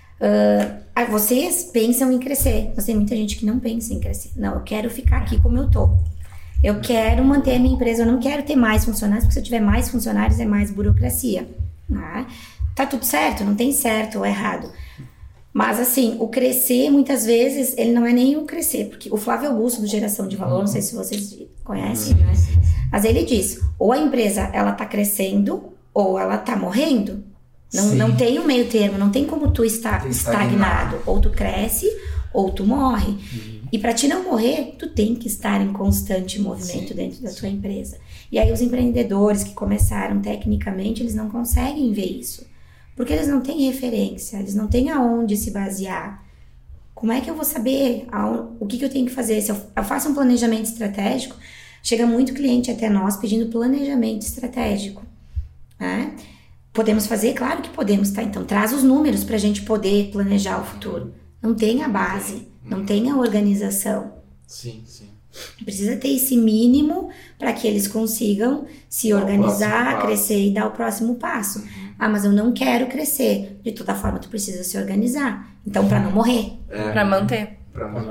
Vocês pensam em crescer, mas tem muita gente que não pensa em crescer. Não, eu quero ficar aqui como eu tô. Eu quero manter a minha empresa, eu não quero ter mais funcionários, porque se eu tiver mais funcionários é mais burocracia. Tá tudo certo, não tem certo ou errado. Mas assim, o crescer, muitas vezes, ele não é nem o crescer, porque o Flávio Augusto, do Geração de Valor, não sei se vocês conhecem, né? Mas ele diz, ou a empresa, ela tá crescendo, ou ela tá morrendo. Não tem um meio termo, não tem como tu estar estagnado. Ou tu cresce, ou tu morre. E para ti não morrer, tu tem que estar em constante movimento dentro da tua empresa. E aí os empreendedores que começaram tecnicamente, eles não conseguem ver isso. Porque eles não têm referência, eles não têm aonde se basear. Como é que eu vou saber o que eu tenho que fazer? Se eu faço um planejamento estratégico, chega muito cliente até nós pedindo planejamento estratégico, né? Podemos fazer? Claro que podemos, tá? Então, traz os números para a gente poder planejar o futuro. Não tem a base, não tem a organização. Sim. Precisa ter esse mínimo para que eles consigam se organizar, crescer e dar o próximo passo. Mas eu não quero crescer. De toda forma, tu precisa se organizar. Então, para não morrer. Para manter.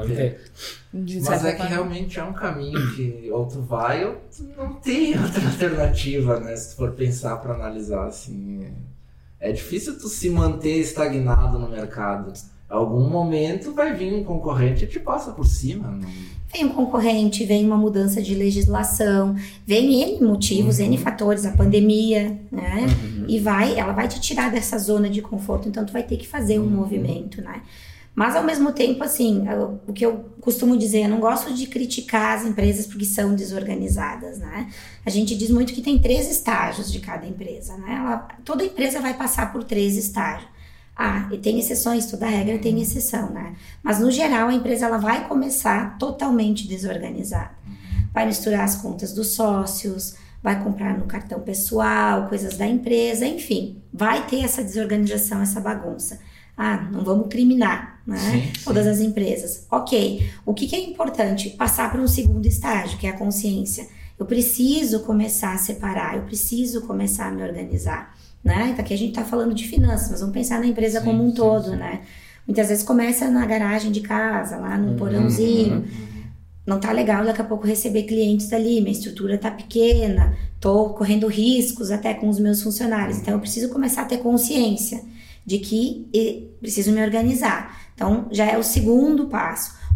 Mas é que realmente é um caminho que ou tu vai ou tu não tem outra alternativa, né? Se tu for pensar para analisar, assim, é difícil tu se manter estagnado no mercado. Em algum momento vai vir um concorrente e te passa por cima. Não... Vem um concorrente, vem uma mudança de legislação, vem N motivos, N fatores, a pandemia, né? E ela vai te tirar dessa zona de conforto, então tu vai ter que fazer um movimento, né? Mas, ao mesmo tempo, assim, o que eu costumo dizer, eu não gosto de criticar as empresas porque são desorganizadas, né? A gente diz muito que tem 3 estágios de cada empresa, né? Toda empresa vai passar por 3 estágios. E tem exceções, toda regra tem exceção, né? Mas, no geral, a empresa ela vai começar totalmente desorganizada. Vai misturar as contas dos sócios, vai comprar no cartão pessoal, coisas da empresa, enfim. Vai ter essa desorganização, essa bagunça. Não vamos criminar, né? Sim. Todas as empresas. Ok. O que é importante? Passar para um segundo estágio, que é a consciência. Eu preciso começar a separar, eu preciso começar a me organizar, né? Então aqui a gente está falando de finanças, mas vamos pensar na empresa como um todo, né? Muitas vezes começa na garagem de casa, lá no porãozinho. Não tá legal daqui a pouco receber clientes dali, minha estrutura tá pequena, tô correndo riscos até com os meus funcionários. Então eu preciso começar a ter consciência de que preciso me organizar. Então, já é o segundo passo.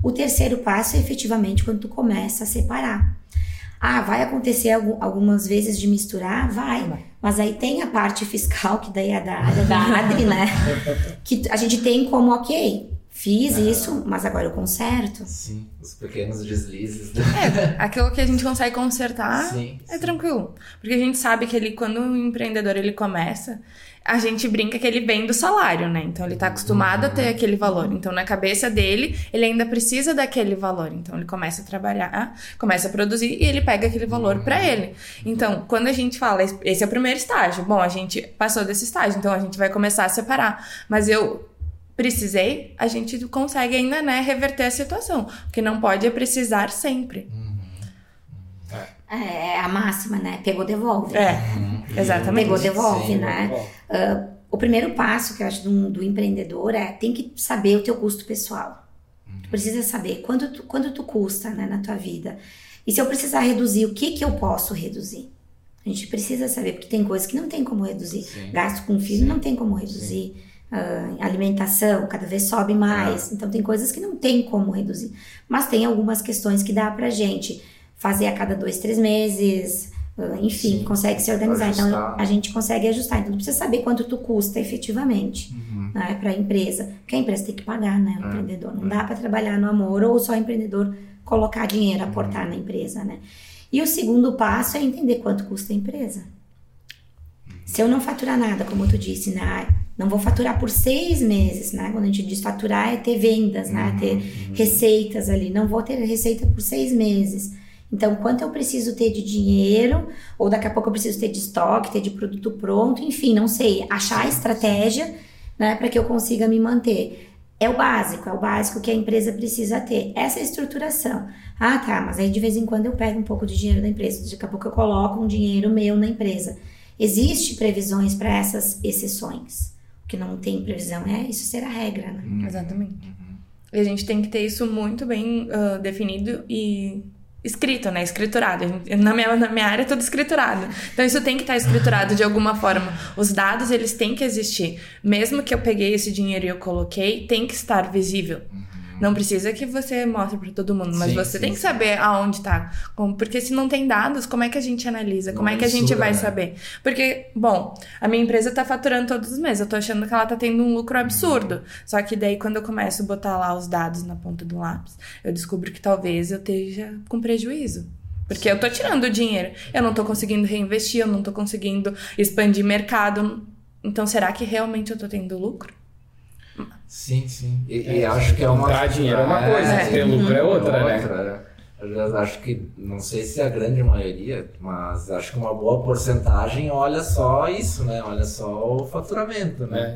O terceiro passo é efetivamente quando tu começa a separar. Vai acontecer algumas vezes de misturar? Vai. Mas aí tem a parte fiscal, que daí é da área da Adri, né? Que a gente tem como, fiz isso, mas agora eu conserto. Sim, os pequenos deslizes. Aquilo que a gente consegue consertar tranquilo. Porque a gente sabe que quando o empreendedor ele começa, a gente brinca que ele vem do salário, né? Então ele tá acostumado a ter aquele valor. Então na cabeça dele, ele ainda precisa daquele valor. Então ele começa a trabalhar, começa a produzir e ele pega aquele valor pra ele. Então, quando a gente fala, esse é o primeiro estágio. Bom, a gente passou desse estágio, então a gente vai começar a separar. Mas precisei, a gente consegue ainda, né, reverter a situação. O que não pode é precisar sempre. É a máxima, né? Pegou, devolve. Exatamente. Pegou, devolve, né? O primeiro passo que eu acho do empreendedor tem que saber o teu custo pessoal. Tu precisa saber quanto tu custa, né, na tua vida. E se eu precisar reduzir, o que eu posso reduzir? A gente precisa saber, porque tem coisas que não tem como reduzir. Gasto com filho não tem como reduzir. Alimentação cada vez sobe mais. Então tem coisas que não tem como reduzir. Mas tem algumas questões que dá pra gente fazer a cada 2-3 meses, enfim, consegue se organizar. Então a gente consegue ajustar. Então tu precisa saber quanto tu custa efetivamente, né, para a empresa. Porque a empresa tem que pagar, né, o empreendedor. Não dá para trabalhar no amor ou só o empreendedor colocar dinheiro, aportar na empresa, né. E o segundo passo é entender quanto custa a empresa. Se eu não faturar nada, como tu disse, né, não vou faturar por 6 meses, né? Quando a gente diz faturar é ter vendas, né? Ter receitas ali. Não vou ter receita por 6 meses. Então, quanto eu preciso ter de dinheiro, ou daqui a pouco eu preciso ter de estoque, ter de produto pronto, enfim, não sei. Achar a estratégia, né, para que eu consiga me manter. É o básico que a empresa precisa ter. Essa é a estruturação. Mas aí de vez em quando eu pego um pouco de dinheiro da empresa. Daqui a pouco eu coloco um dinheiro meu na empresa. Existem previsões para essas exceções. O que não tem previsão isso ser a regra, né? Exatamente. E a gente tem que ter isso muito bem definido e escrito, né? Escriturado. Na minha área é tudo escriturado. Então isso tem que estar escriturado de alguma forma. Os dados, eles têm que existir. Mesmo que eu peguei esse dinheiro e eu coloquei, tem que estar visível. Não precisa que você mostre para todo mundo, mas você tem que saber aonde tá. Porque se não tem dados, como é que a gente analisa? Como é que a gente vai saber? Porque, bom, a minha empresa tá faturando todos os meses. Eu tô achando que ela tá tendo um lucro absurdo. Só que daí, quando eu começo a botar lá os dados na ponta do lápis, eu descubro que talvez eu esteja com prejuízo. Porque eu tô tirando o dinheiro. Eu não tô conseguindo reinvestir, eu não tô conseguindo expandir mercado. Então, será que realmente eu tô tendo lucro? Sim. E acho que é uma... Comprar dinheiro é uma coisa, ter lucro é outra, né? Eu acho que, não sei se é a grande maioria, mas acho que uma boa porcentagem olha só isso, né? Olha só o faturamento, né?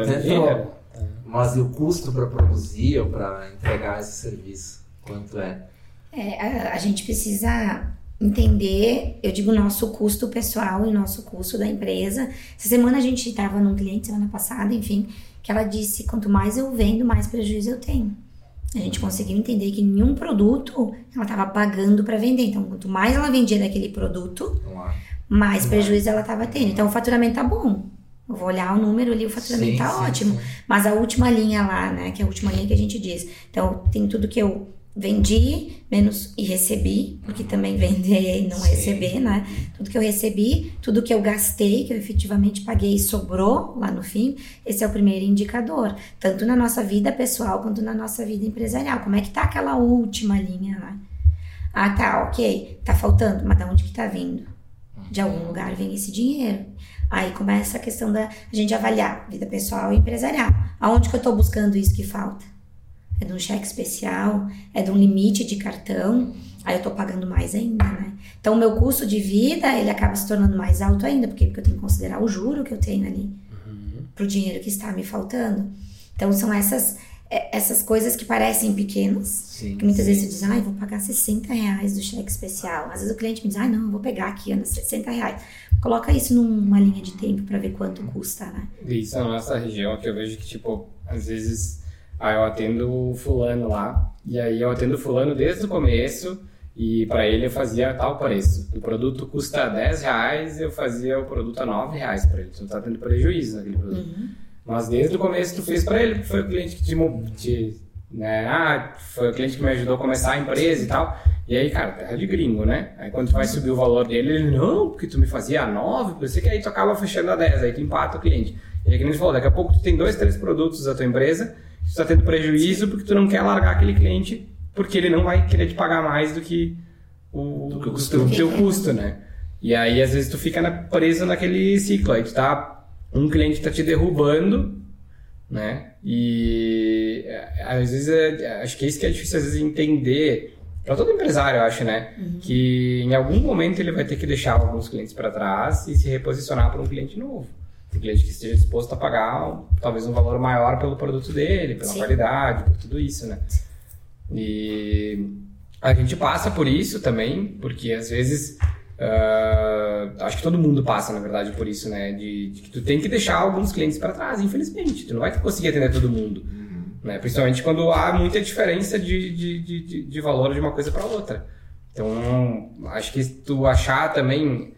Mas e o custo para produzir ou para entregar esse serviço? Quanto é? A gente precisa entender, eu digo, nosso custo pessoal e nosso custo da empresa. Essa semana a gente estava num cliente, semana passada, enfim, que ela disse, quanto mais eu vendo, mais prejuízo eu tenho. A gente conseguiu entender que nenhum produto ela estava pagando para vender. Então, quanto mais ela vendia daquele produto, mais prejuízo ela estava tendo. Então, o faturamento tá bom. Eu vou olhar o número ali, o faturamento tá ótimo. Mas a última linha lá, né, que é a última linha que a gente diz. Então, tem tudo que eu vendi menos e recebi, porque também vender e não receber, né? Tudo que eu recebi, tudo que eu gastei, que eu efetivamente paguei e sobrou lá no fim, esse é o primeiro indicador, tanto na nossa vida pessoal quanto na nossa vida empresarial. Como é que tá aquela última linha lá? Ok, tá faltando, mas de onde que tá vindo? De algum lugar vem esse dinheiro. Aí começa a questão da gente avaliar vida pessoal e empresarial. Aonde que eu tô buscando isso que falta? É de um cheque especial, é de um limite de cartão, aí eu tô pagando mais ainda, né? Então, o meu custo de vida, ele acaba se tornando mais alto ainda, porque eu tenho que considerar o juro que eu tenho ali, pro dinheiro que está me faltando. Então, são essas coisas que parecem pequenas, que muitas vezes você diz, vou pagar R$60 do cheque especial. Às vezes o cliente me diz, não, eu vou pegar aqui, R$60. Coloca isso numa linha de tempo para ver quanto custa, né? Isso na nossa região, que eu vejo que, tipo, às vezes... eu atendo o fulano lá, e aí eu atendo o fulano desde o começo, e para ele eu fazia tal preço. O produto custa R$10, eu fazia o produto a R$9 para ele. Tu não tá tendo prejuízo naquele produto. Mas desde o começo tu fez para ele, porque foi o cliente que te né? Foi o cliente que me ajudou a começar a empresa e tal. E aí, cara, terra de gringo, né? Aí quando tu vai subir o valor dele, ele, não, porque tu me fazia a 9, por isso que aí tu acaba fechando a 10, aí tu empata o cliente. E aí, que a gente falou, daqui a pouco tu tem 2, 3 produtos da tua empresa, tu tá tendo prejuízo porque tu não quer largar aquele cliente, porque ele não vai querer te pagar mais do que o teu custo, né? E aí, às vezes, tu fica preso naquele ciclo, aí tu tá, um cliente tá te derrubando, né? E às vezes, acho que é isso que é difícil, às vezes, entender, para todo empresário, eu acho, né? Que em algum momento ele vai ter que deixar alguns clientes para trás e se reposicionar para um cliente novo. Um cliente que esteja disposto a pagar talvez um valor maior pelo produto dele, pela qualidade, por tudo isso, né? E a gente passa por isso também, porque às vezes acho que todo mundo passa, na verdade, por isso, né? De que tu tem que deixar alguns clientes para trás, infelizmente. Tu não vai conseguir atender todo mundo, né? Principalmente quando há muita diferença de valor de uma coisa para outra. Então, acho que tu achar também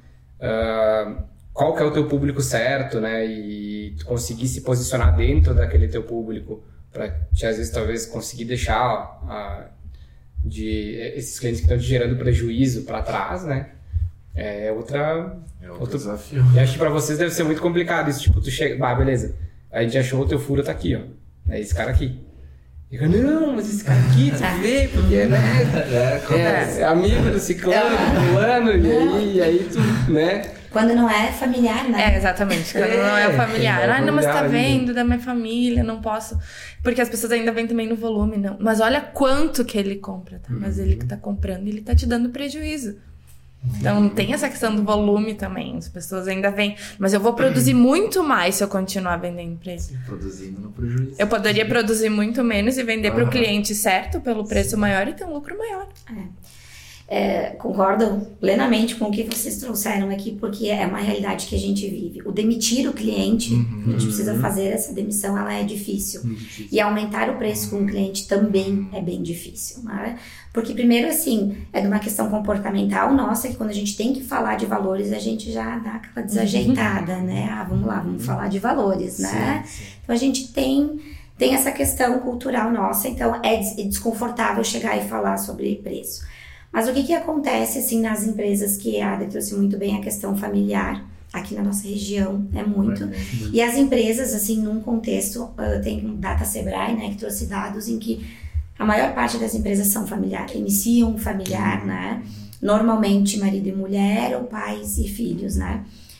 qual que é o teu público certo, né? E tu conseguir se posicionar dentro daquele teu público para te, às vezes, talvez conseguir deixar esses clientes que estão te gerando prejuízo para trás, né? É outro desafio. E acho que para vocês deve ser muito complicado isso. Tipo, tu chega... beleza. A gente achou o teu furo tá aqui, ó. É esse cara aqui. E eu, não, mas esse cara aqui, tu vê, porque, né? É amigo do ciclano, do fulano, e aí tu, né? Quando não é familiar, né? Exatamente. Quando não é familiar. Não, mas tá vendo da minha família, não posso... Porque as pessoas ainda vêm também no volume, não. Mas olha quanto que ele compra, tá? Mas ele que tá comprando, ele tá te dando prejuízo. Então tem essa questão do volume também. As pessoas ainda vêm, mas eu vou produzir muito mais se eu continuar vendendo pra ele. Produzindo no prejuízo. Eu poderia produzir muito menos e vender pro cliente certo, pelo preço maior, e ter um lucro maior. Concordo plenamente com o que vocês trouxeram aqui, porque é uma realidade que a gente vive. O demitir o cliente, a gente precisa fazer essa demissão, ela é difícil. E aumentar o preço com o cliente também é bem difícil, né? Porque primeiro, assim, é de uma questão comportamental nossa, que quando a gente tem que falar de valores, a gente já dá aquela desajeitada, né? Vamos lá, vamos falar de valores, né? Sim. Então a gente tem essa questão cultural nossa, então é desconfortável chegar e falar sobre preço. Mas o que acontece, assim, nas empresas, que a Adri trouxe muito bem a questão familiar, aqui na nossa região, é muito. E as empresas, assim, num contexto, tem um Data Sebrae, né, que trouxe dados em que a maior parte das empresas são familiares, iniciam um familiar, né, normalmente marido e mulher, ou pais e filhos, né.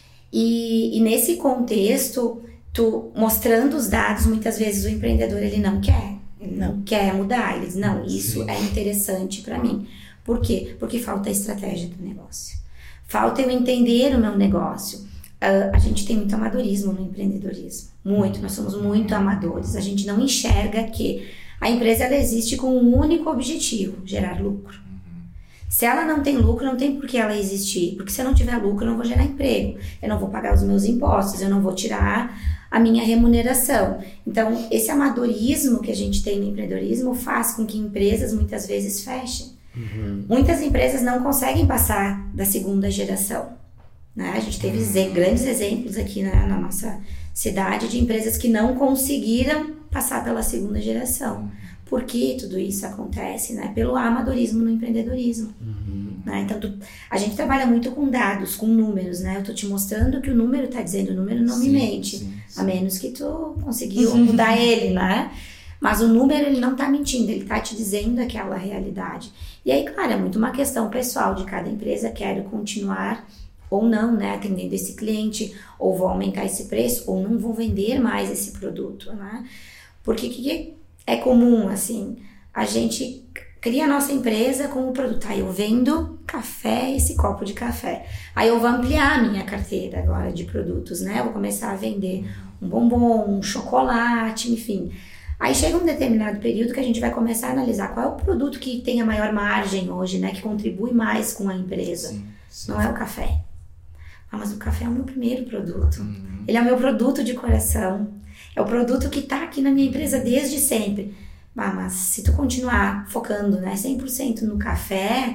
E nesse contexto, tu mostrando os dados, muitas vezes o empreendedor, ele não quer mudar, ele diz, não, isso é interessante para mim. Por quê? Porque falta a estratégia do negócio. Falta eu entender o meu negócio. A gente tem muito amadorismo no empreendedorismo. Muito. Nós somos muito amadores. A gente não enxerga que a empresa ela existe com um único objetivo, gerar lucro. Se ela não tem lucro, não tem por que ela existir. Porque se eu não tiver lucro, eu não vou gerar emprego. Eu não vou pagar os meus impostos, eu não vou tirar a minha remuneração. Então, esse amadorismo que a gente tem no empreendedorismo faz com que empresas muitas vezes fechem. Muitas empresas não conseguem passar da segunda geração, né? A gente teve grandes exemplos aqui na nossa cidade de empresas que não conseguiram passar pela segunda geração. Por que tudo isso acontece? Né? Pelo amadorismo no empreendedorismo. Né? Então, a gente trabalha muito com dados, com números, né? Eu tô te mostrando que o número tá dizendo, o número não me mente, a menos que tu conseguiu mudar ele, né? Mas o número, ele não tá mentindo, ele tá te dizendo aquela realidade. E aí, claro, é muito uma questão pessoal de cada empresa, quero continuar ou não, né, atendendo esse cliente, ou vou aumentar esse preço, ou não vou vender mais esse produto, né? Porque o que é comum, assim, a gente cria a nossa empresa com o produto. Aí eu vendo café, esse copo de café. Aí eu vou ampliar a minha carteira agora de produtos, né? Eu vou começar a vender um bombom, um chocolate, enfim. Aí chega um determinado período que a gente vai começar a analisar qual é o produto que tem a maior margem hoje, né? Que contribui mais com a empresa. Sim. Não é o café. Mas o café é o meu primeiro produto. Ele é o meu produto de coração. É o produto que está aqui na minha empresa desde sempre. Mas se tu continuar focando, né, 100% no café,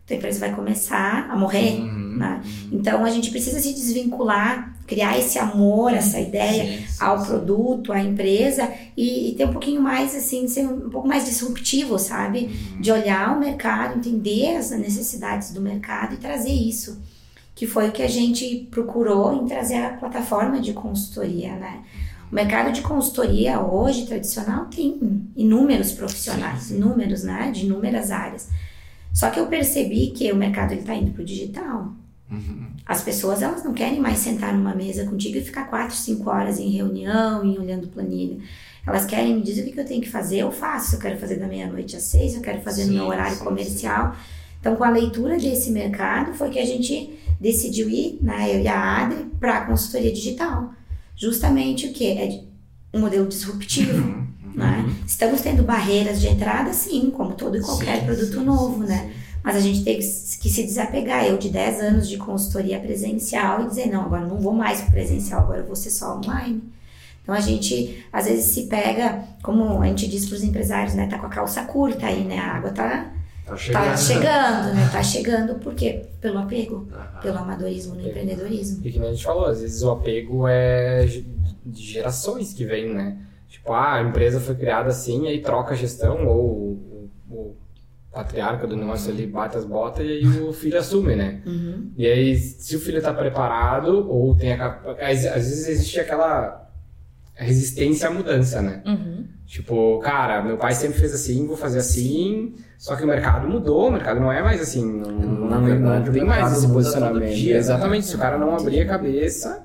tua empresa vai começar a morrer, né? Então, a gente precisa se desvincular, criar esse amor, essa ideia ao produto, à empresa e ter um pouquinho mais, assim, ser um pouco mais disruptivo, sabe? De olhar o mercado, entender as necessidades do mercado e trazer isso, que foi o que a gente procurou em trazer a plataforma de consultoria, né? O mercado de consultoria hoje, tradicional, tem inúmeros profissionais, inúmeros, né? De inúmeras áreas. Só que eu percebi que o mercado está indo para o digital. As pessoas, elas não querem mais sentar numa mesa contigo e ficar 4, 5 horas em reunião e olhando planilha. Elas querem me dizer o que eu tenho que fazer, eu faço. Se eu quero fazer da meia-noite às 6, eu quero fazer no meu horário comercial. Então, com a leitura desse mercado, foi que a gente decidiu ir, né, eu e a Adri, para a consultoria digital. Justamente o quê? É um modelo disruptivo. Né? Estamos tendo barreiras de entrada, sim, como todo e qualquer produto novo, né? Mas a gente teve que se desapegar. Eu, de 10 anos de consultoria presencial, e dizer, não, agora não vou mais para presencial, agora eu vou ser só online. Então, a gente, às vezes, se pega, como a gente diz para os empresários, né? Tá com a calça curta aí, né? A água tá chegando, né? Tá chegando, por quê? Pelo apego, pelo amadorismo no empreendedorismo. E que nem a gente falou, às vezes o apego é de gerações que vem, né? Tipo, a empresa foi criada assim, aí troca a gestão, ou o patriarca do negócio ali bate as botas e aí o filho assume, né? E aí, se o filho tá preparado, ou tem às vezes existe aquela resistência à mudança, né? Tipo, cara, meu pai sempre fez assim, vou fazer assim, só que o mercado mudou, o mercado não é mais assim, não tem mais esse posicionamento. Dia, exatamente, se o cara não abrir a cabeça...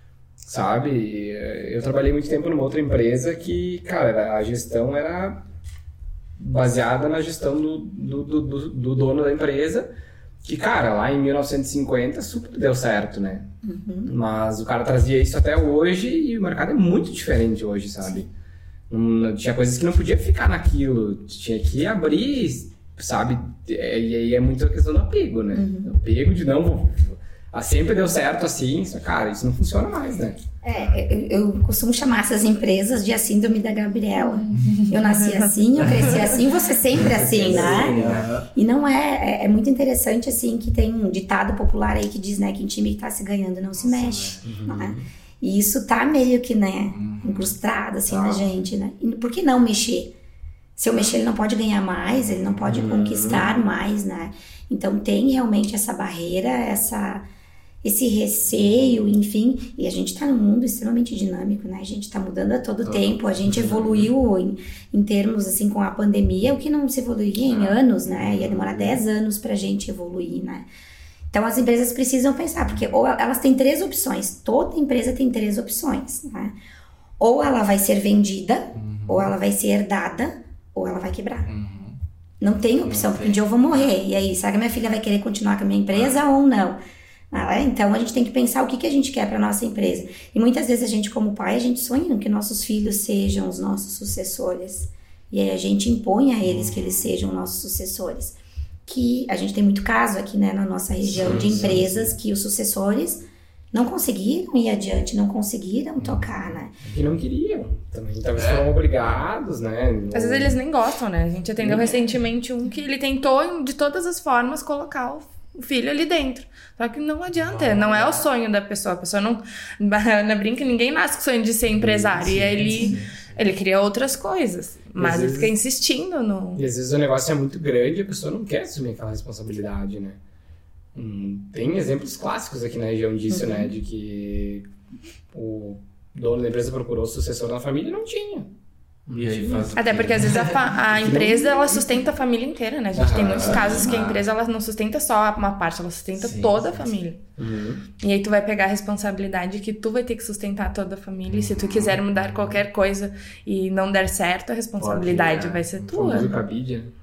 Sabe? Eu trabalhei muito tempo numa outra empresa que, cara, a gestão era baseada na gestão do dono da empresa, que, cara, lá em 1950 super deu certo, né? Mas o cara trazia isso até hoje e o mercado é muito diferente hoje, sabe? Tinha coisas que não podia ficar naquilo, tinha que abrir, sabe? E aí é muito a questão do apego, né? O apego de não... sempre deu certo assim, cara, isso não funciona mais, né? Eu costumo chamar essas empresas de a síndrome da Gabriela. Eu nasci assim, eu cresci assim, você sempre assim, né? E não é muito interessante, assim, que tem um ditado popular aí que diz, né, que em time que tá se ganhando não se mexe, né? E isso tá meio que, né, incrustado, assim, na gente, né? E por que não mexer? Se eu mexer, ele não pode ganhar mais, ele não pode conquistar mais, né? Então tem realmente essa barreira, esse receio, enfim, e a gente está num mundo extremamente dinâmico, né? A gente está mudando a todo tempo, a gente evoluiu em termos, assim, com a pandemia, o que não se evoluía em anos, né? Ia demorar 10 anos pra gente evoluir, né? Então, as empresas precisam pensar, porque ou elas têm 3 opções, toda empresa tem 3 opções, né? Ou ela vai ser vendida, ou ela vai ser herdada, ou ela vai quebrar. Não tem opção, porque um dia eu vou morrer, e aí, será que a minha filha vai querer continuar com a minha empresa ou não? Então a gente tem que pensar o que a gente quer para nossa empresa. E muitas vezes a gente, como pai, a gente sonha que nossos filhos sejam os nossos sucessores. E aí a gente impõe a eles que eles sejam nossos sucessores. Que a gente tem muito caso aqui, né, na nossa região de empresas que os sucessores não conseguiram ir adiante, não conseguiram tocar, né? E não queriam. Também talvez foram obrigados, né? Às vezes eles nem gostam, né? A gente atendeu recentemente um que ele tentou de todas as formas colocar o filho ali dentro. Só que não adianta, não é o sonho da pessoa. A pessoa não... Na brinca, ninguém nasce com o sonho de ser empresário. E aí ele queria outras coisas. Mas ele fica insistindo no... E às vezes o negócio é muito grande e a pessoa não quer assumir aquela responsabilidade, né? Tem exemplos clássicos aqui na região disso, né? De que o dono da empresa procurou o sucessor na família e não tinha. E aí faz Até porque às vezes a empresa ela sustenta a família inteira, né? A gente tem muitos casos que a empresa ela não sustenta só uma parte, ela sustenta toda a família. E aí tu vai pegar a responsabilidade que tu vai ter que sustentar toda a família. E se tu quiser mudar qualquer coisa e não der certo, a responsabilidade vai ser tua. O cabide, né?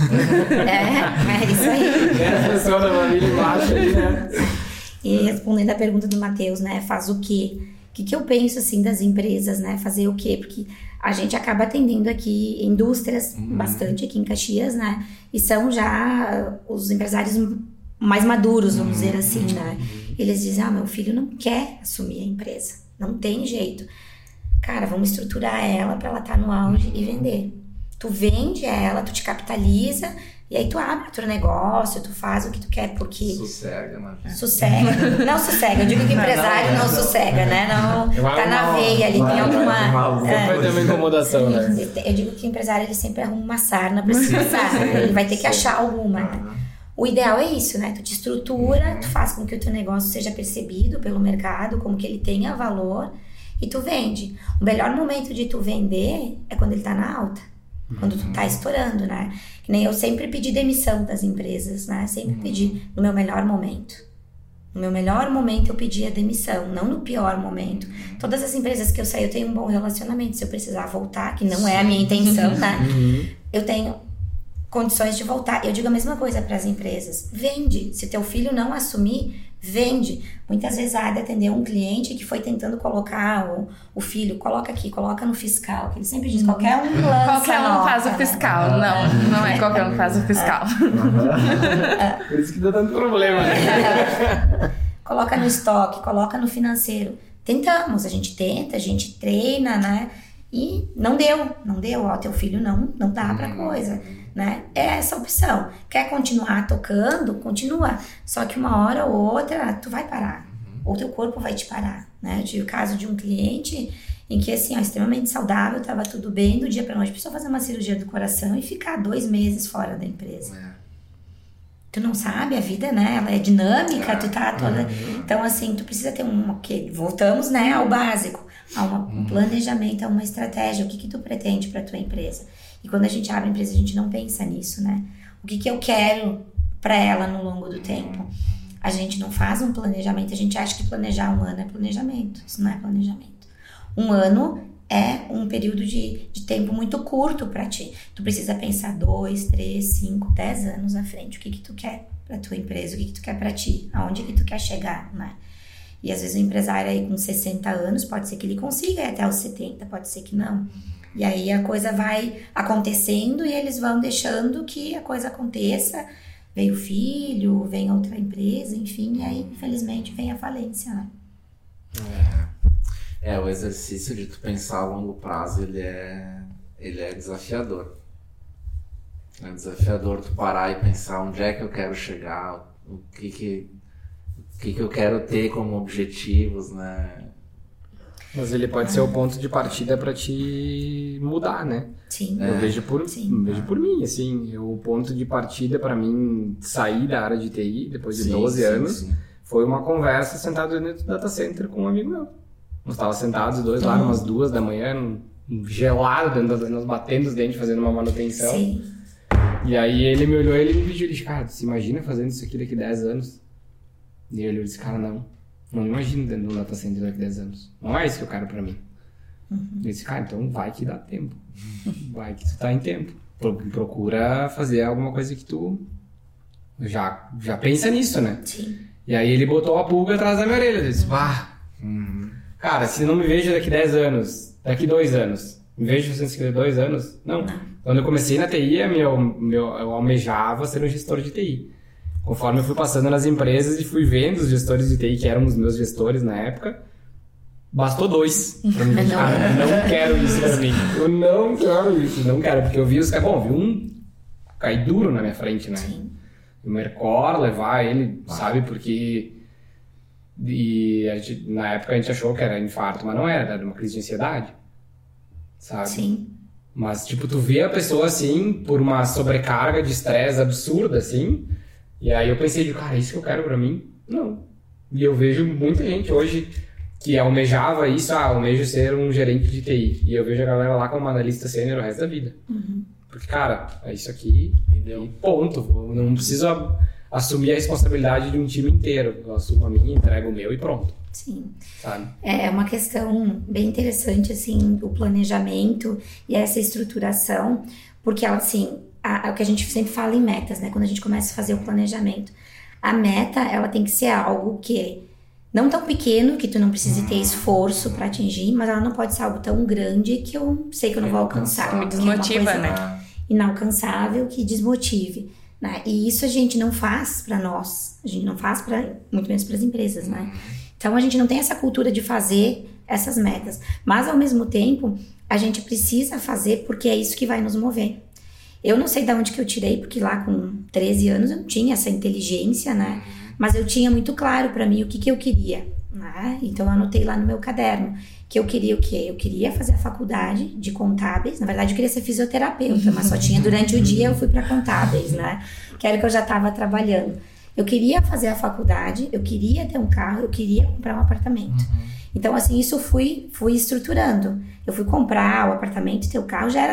É isso aí. É a pessoa da família embaixo ali, né? E respondendo a pergunta do Matheus, né? Faz o quê? O que eu penso, assim, das empresas, né? Fazer o quê? Porque a gente acaba atendendo aqui indústrias bastante aqui em Caxias, né? E são já os empresários mais maduros, vamos dizer assim, né? Eles dizem, meu filho não quer assumir a empresa. Não tem jeito. Cara, vamos estruturar ela para ela estar no auge e vender. Tu vende ela, tu te capitaliza, E aí tu abre o teu negócio, tu faz o que tu quer, porque... Sossega, né? Sossega. Não sossega, eu digo que empresário não sossega, né? Não, tá na veia ali, tem alguma... Vai ter uma incomodação, né? Eu digo que o empresário, ele sempre arruma uma sarna pra se passar, ele vai ter que achar alguma, né? O ideal é isso, né? Tu te estrutura, tu faz com que o teu negócio seja percebido pelo mercado, como que ele tenha valor, e tu vende. O melhor momento de tu vender é quando ele tá na alta. Quando tu tá estourando, né? Que nem eu sempre pedi demissão das empresas, né? Sempre pedi no meu melhor momento. No meu melhor momento eu pedi a demissão, não no pior momento. Todas as empresas que eu saí, eu tenho um bom relacionamento. Se eu precisar voltar, que não é a minha intenção, né? Eu tenho condições de voltar. Eu digo a mesma coisa para as empresas. Vende. Se teu filho não assumir, vende. Muitas vezes a Adri atendeu um cliente que foi tentando colocar o filho, coloca aqui, coloca no fiscal, que ele sempre diz, qualquer um lança Qualquer um faz o fiscal. Não é qualquer um faz o fiscal. Por isso que dá tanto problema, né? Coloca no estoque, coloca no financeiro. Tentamos, a gente tenta, a gente treina, né? E não deu, ó, teu filho não dá pra coisa, né? É essa opção. Quer continuar tocando? Continua. Só que uma hora ou outra, tu vai parar. Ou teu corpo vai te parar, né? Eu tive o caso de um cliente em que, assim, ó, extremamente saudável, tava tudo bem, do dia pra noite, precisou fazer uma cirurgia do coração e ficar 2 meses fora da empresa. Tu não sabe, a vida, né? Ela é dinâmica, tu tá toda... Então, assim, tu precisa ter voltamos, né, ao básico. A um planejamento, a uma estratégia, o que tu pretende para tua empresa. E quando a gente abre a empresa, a gente não pensa nisso, né? O que eu quero para ela no longo do tempo? A gente não faz um planejamento, a gente acha que planejar 1 ano é planejamento. Isso não é planejamento. 1 ano é um período de tempo muito curto para ti. Tu precisa pensar 2, 3, 5, 10 anos na frente. O que tu quer para tua empresa? O que tu quer para ti? Aonde que tu quer chegar, né? E às vezes o empresário aí com 60 anos, pode ser que ele consiga ir até os 70, pode ser que não. E aí a coisa vai acontecendo e eles vão deixando que a coisa aconteça. Vem o filho, vem outra empresa, enfim, e aí infelizmente vem a falência, né? O exercício de tu pensar a longo prazo, ele é desafiador. É desafiador tu parar e pensar onde é que eu quero chegar, o que eu quero ter como objetivos, né? Mas ele pode ser o ponto de partida para te mudar, né? Sim. Eu vejo por mim, assim, o ponto de partida para mim sair da área de TI, depois de 12 anos, foi uma conversa sentado dentro do data center com um amigo meu. Nós estávamos sentados os dois lá, umas 2 da manhã, gelado, dentro das, nós batendo os dentes, fazendo uma manutenção. Sim. E aí ele me olhou e ele me pediu, ele disse, cara, você imagina fazendo isso aqui daqui 10 anos? E ele disse, cara, não imagino dentro do data center daqui 10 anos. Não é isso que eu quero pra mim. Eu disse, cara, então vai que dá tempo. Vai que tu tá em tempo. Procura fazer alguma coisa que tu já pensa nisso, né? Sim. E aí ele botou a pulga atrás da minha orelha. Eu disse, cara, se não me vejo daqui 10 anos, daqui 2 anos, me vejo fazendo isso daqui 2 anos? Não. Quando eu comecei na TI, eu almejava ser um gestor de TI. Conforme eu fui passando nas empresas e fui vendo os gestores de TI, que eram os meus gestores na época, bastou 2 pra mim. Cara, não quero isso pra mim. Eu não quero isso, não quero. Porque eu vi os caras... Bom, vi um cair duro na minha frente, né? Sim. O Mercor, levar ele, sabe? Porque... E na época a gente achou que era infarto, mas não era uma crise de ansiedade, sabe? Sim. Mas, tipo, tu vê a pessoa, assim, por uma sobrecarga de estresse absurda, assim... E aí eu pensei, cara, é isso que eu quero pra mim? Não. E eu vejo muita gente hoje que almejava isso, almejo ser um gerente de TI. E eu vejo a galera lá como analista sênior o resto da vida. Porque, cara, é isso aqui e ponto. Eu não preciso assumir a responsabilidade de um time inteiro. Eu assumo a minha, entrego o meu e pronto. Sim. Sabe? É uma questão bem interessante, assim, o planejamento e essa estruturação, porque, assim... o que a gente sempre fala em metas, né? Quando a gente começa a fazer o planejamento. A meta, ela tem que ser algo que não tão pequeno, que tu não precise ter esforço para atingir, mas ela não pode ser algo tão grande que eu sei que eu não vou alcançar. Que me desmotiva, né? Inalcançável, que desmotive. Né? E isso a gente não faz para nós. A gente não faz muito menos para as empresas, né? Então a gente não tem essa cultura de fazer essas metas. Mas ao mesmo tempo, a gente precisa fazer porque é isso que vai nos mover. Eu não sei de onde que eu tirei, porque lá com 13 anos eu não tinha essa inteligência, né? Mas eu tinha muito claro pra mim o que eu queria, né? Então eu anotei lá no meu caderno que eu queria o quê? Eu queria fazer a faculdade de contábeis. Na verdade eu queria ser fisioterapeuta, mas só tinha durante o dia, eu fui pra contábeis, né? Que era o que eu já tava trabalhando. Eu queria fazer a faculdade, eu queria ter um carro, eu queria comprar um apartamento. Então, assim, isso fui estruturando. Eu fui comprar o apartamento, ter o carro, já era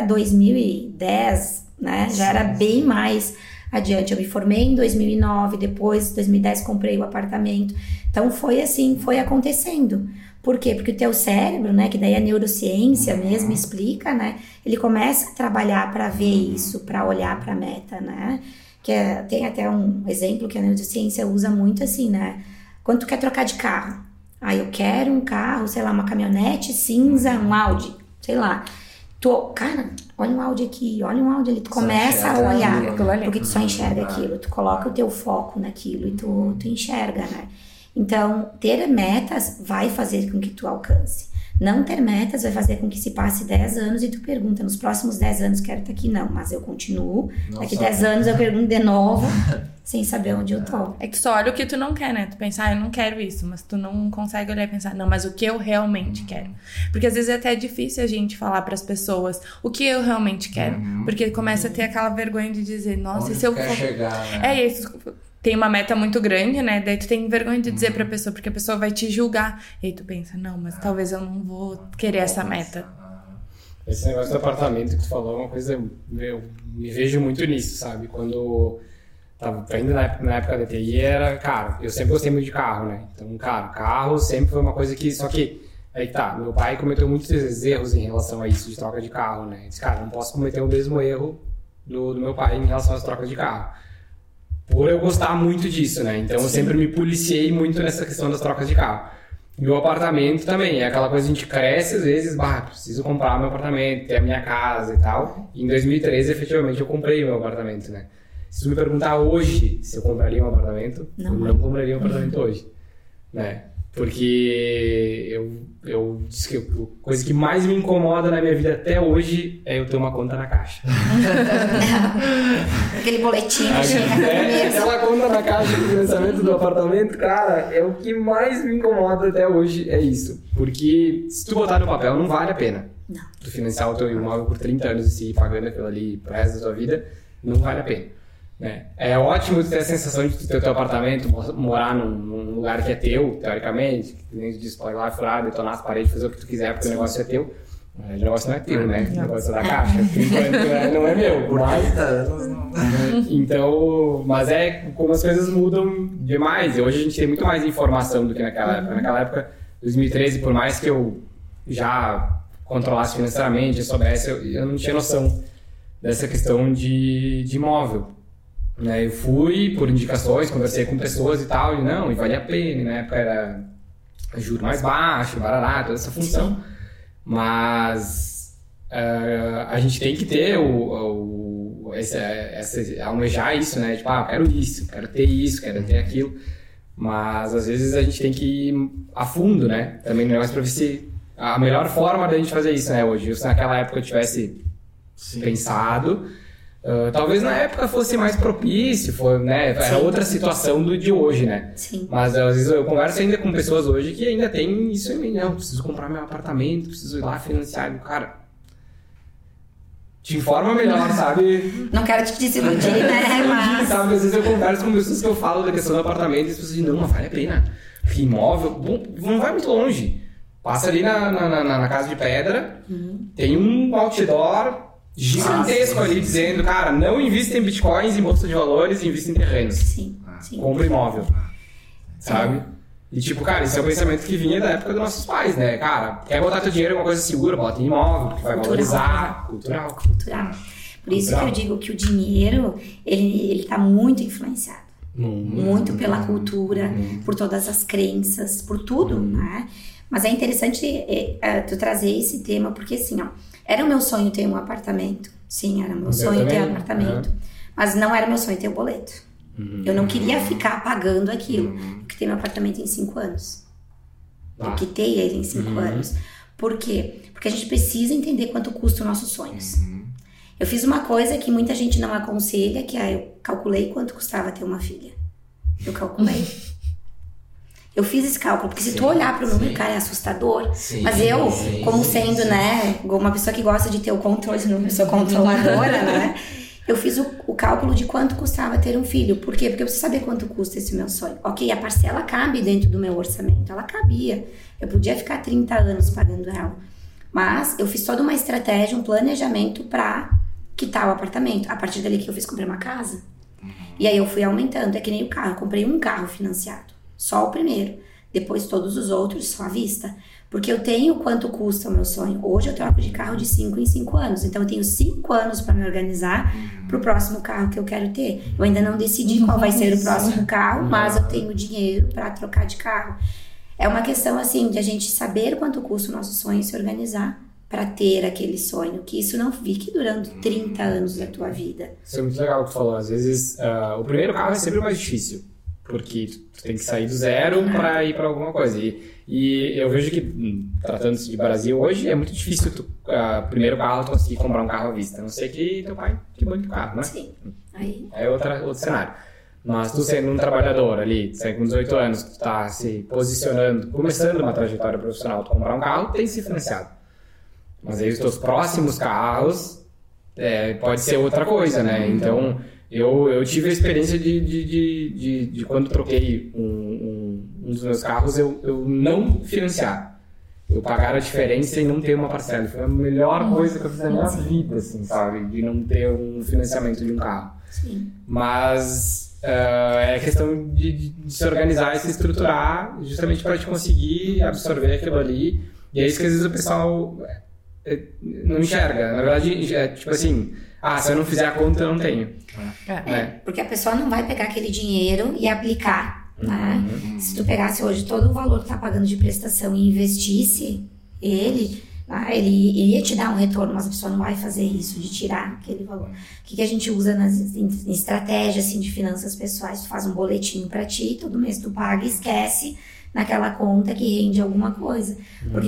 2010, né? Já era bem mais adiante. Eu me formei em 2009, depois, em 2010, comprei o apartamento. Então, foi assim, foi acontecendo. Por quê? Porque o teu cérebro, né, que daí a neurociência mesmo explica, né? Ele começa a trabalhar para ver isso, para olhar para a meta, né? Tem até um exemplo que a neurociência usa muito assim, né? Quando tu quer trocar de carro, eu quero um carro, sei lá, uma caminhonete cinza, um Audi, sei lá. Cara, olha um Audi aqui, olha um Audi ali. Tu começa a olhar, porque tu só enxerga aquilo. Tu coloca o teu foco naquilo e tu enxerga, né? Então, ter metas vai fazer com que tu alcance. Não ter metas vai fazer com que se passe 10 anos e tu pergunta, nos próximos 10 anos quero estar aqui. Não, mas eu continuo. Daqui 10 anos eu pergunto de novo, sem saber onde eu tô. É que só olha o que tu não quer, né? Tu pensa, eu não quero isso, mas tu não consegue olhar e pensar, não, mas o que eu realmente quero? Porque às vezes é até difícil a gente falar pras pessoas o que eu realmente quero. Porque começa a ter aquela vergonha de dizer, nossa, onde se eu quer for... chegar, né? É isso. Tem uma meta muito grande, né? Daí tu tem vergonha de dizer pra pessoa, porque a pessoa vai te julgar. E aí tu pensa, não, mas talvez eu não vou querer essa meta. Esse negócio do apartamento que tu falou é uma coisa... Eu me vejo muito nisso, sabe? Quando tava ainda na época da TI, cara, eu sempre gostei muito de carro, né? Então, cara, carro sempre foi uma coisa que... Só que, aí tá, meu pai cometeu muitos erros em relação a isso, de troca de carro, né? Ele disse, cara, não posso cometer o mesmo erro do meu pai em relação às trocas de carro. Por eu gostar muito disso, né? Então eu sempre me policiei muito nessa questão das trocas de carro. E o apartamento também, é aquela coisa que a gente cresce, às vezes, preciso comprar meu apartamento, ter a minha casa e tal. E em 2013, efetivamente, eu comprei meu apartamento, né? Se tu me perguntar hoje se eu compraria um apartamento, eu não compraria um apartamento hoje, né? Porque eu disse que a coisa que mais me incomoda na minha vida até hoje é eu ter uma conta na Caixa. Aquele boletim aquela conta na Caixa do financiamento do apartamento, cara, é o que mais me incomoda até hoje, é isso. Porque se tu botar no papel, não vale a pena. Não. Tu financiar o teu imóvel por 30 anos e ir pagando aquilo ali pro resto da tua vida, não vale a pena. É ótimo tu ter a sensação de tu ter o teu apartamento, morar num lugar que é teu, teoricamente, que nem tu diz, pode ir lá furar, detonar as paredes, fazer o que tu quiser, porque o negócio é teu. O negócio não é teu, né? O negócio é da Caixa. Enquanto não é meu. Por 30 anos não. Então, mas como as coisas mudam demais. E hoje a gente tem muito mais informação do que naquela época. Naquela época, 2013, por mais que eu já controlasse financeiramente, eu soubesse, eu não tinha noção dessa questão de imóvel. Eu fui por indicações, conversei com pessoas e tal, e valia a pena, na época era juro mais baixo, barará, toda essa função. Mas a gente tem que ter almejar isso, né? Tipo, eu quero isso, quero ter isso, quero ter aquilo. Mas às vezes a gente tem que ir a fundo, né? Também no negócio pra ver se a melhor forma da gente fazer isso, né? Hoje, se naquela época eu tivesse pensado... talvez na época fosse mais propício, né? Era outra situação do de hoje, né? Sim. Mas às vezes eu converso ainda com pessoas hoje que ainda tem isso em mim. Não, preciso comprar meu apartamento, preciso ir lá financiar. Cara, te informa melhor, sabe? Não quero te desiludir, né? Mas... Sabe? Às vezes eu converso com pessoas que eu falo da questão do apartamento e as pessoas dizem, não, vale a pena. Imóvel, não vai muito longe. Passa ali na Casa de Pedra, tem um outdoor gigantesco ali dizendo, cara, não invista em bitcoins, em bolsa de valores, invista em terrenos. Sim. Compra imóvel. Sabe? E tipo, cara, esse é o pensamento que vinha da época dos nossos pais, né? Cara, quer botar teu dinheiro em uma coisa segura, bota em imóvel, porque vai valorizar. Cultural. Por isso que eu digo que o dinheiro, ele tá muito influenciado. Muito pela cultura, por todas as crenças, por tudo, né? Mas é interessante tu trazer esse tema, porque assim, era o meu sonho ter um apartamento. Sim, era o meu sonho ter um apartamento. Mas não era o meu sonho ter o boleto. Eu não queria ficar pagando aquilo. Eu quitei meu apartamento em 5 anos. Eu quitei ele em 5 anos. Por quê? Porque a gente precisa entender quanto custa os nossos sonhos. Eu fiz uma coisa que muita gente não aconselha, que é eu calculei quanto custava ter uma filha. Eu calculei. Eu fiz esse cálculo, porque se tu olhar para o número, cara, é assustador. Mas eu, como sendo, né, uma pessoa que gosta de ter o controle, não sou controladora, né? Eu fiz o cálculo de quanto custava ter um filho. Por quê? Porque eu preciso saber quanto custa esse meu sonho. Ok, a parcela cabe dentro do meu orçamento. Ela cabia. Eu podia ficar 30 anos pagando ela. Mas eu fiz toda uma estratégia, um planejamento para quitar o apartamento. A partir dali que eu fiz, comprei uma casa. E aí eu fui aumentando. É que nem o carro. Eu comprei um carro financiado. Só o primeiro. Depois todos os outros só à vista. Porque eu tenho quanto custa o meu sonho. Hoje eu troco de carro de 5 em 5 anos. Então eu tenho 5 anos para me organizar para o próximo carro que eu quero ter. Eu ainda não decidi qual vai ser o próximo carro, mas eu tenho dinheiro para trocar de carro. É uma questão assim de a gente saber quanto custa o nosso sonho e se organizar para ter aquele sonho. Que isso não fique durando 30 anos da tua vida. Isso é muito legal o que tu falou. Às vezes o primeiro carro é sempre mais difícil. Porque tu tem que sair do zero para ir para alguma coisa. E eu vejo que, tratando-se de Brasil, hoje é muito difícil primeiro carro tu conseguir comprar um carro à vista. A não ser que teu pai te banque o carro, né? Sim. Aí... É outro cenário. Mas tu sendo um trabalhador ali, sai com 18 anos, tu tá se posicionando, começando uma trajetória profissional, tu comprar um carro, tem que ser financiado. Mas aí os teus próximos carros pode ser outra coisa, né? Então... Eu tive a experiência de quando troquei um dos meus carros, eu não financiar. Eu pagar a diferença e não ter uma parcela. Foi a melhor coisa que eu fiz na minha vida, assim, sabe? De não ter um financiamento de um carro. Sim. Mas é questão de se organizar e se estruturar justamente para te conseguir absorver aquilo ali. E é isso que às vezes o pessoal não enxerga. Na verdade, é tipo assim... se eu não fizer a conta, eu não tenho. Porque a pessoa não vai pegar aquele dinheiro e aplicar, né? Se tu pegasse hoje todo o valor que tá pagando de prestação e investisse ele iria te dar um retorno, mas a pessoa não vai fazer isso, de tirar aquele valor. O que a gente usa em estratégia assim, de finanças pessoais? Tu faz um boletim para ti, todo mês tu paga e esquece naquela conta que rende alguma coisa. Porque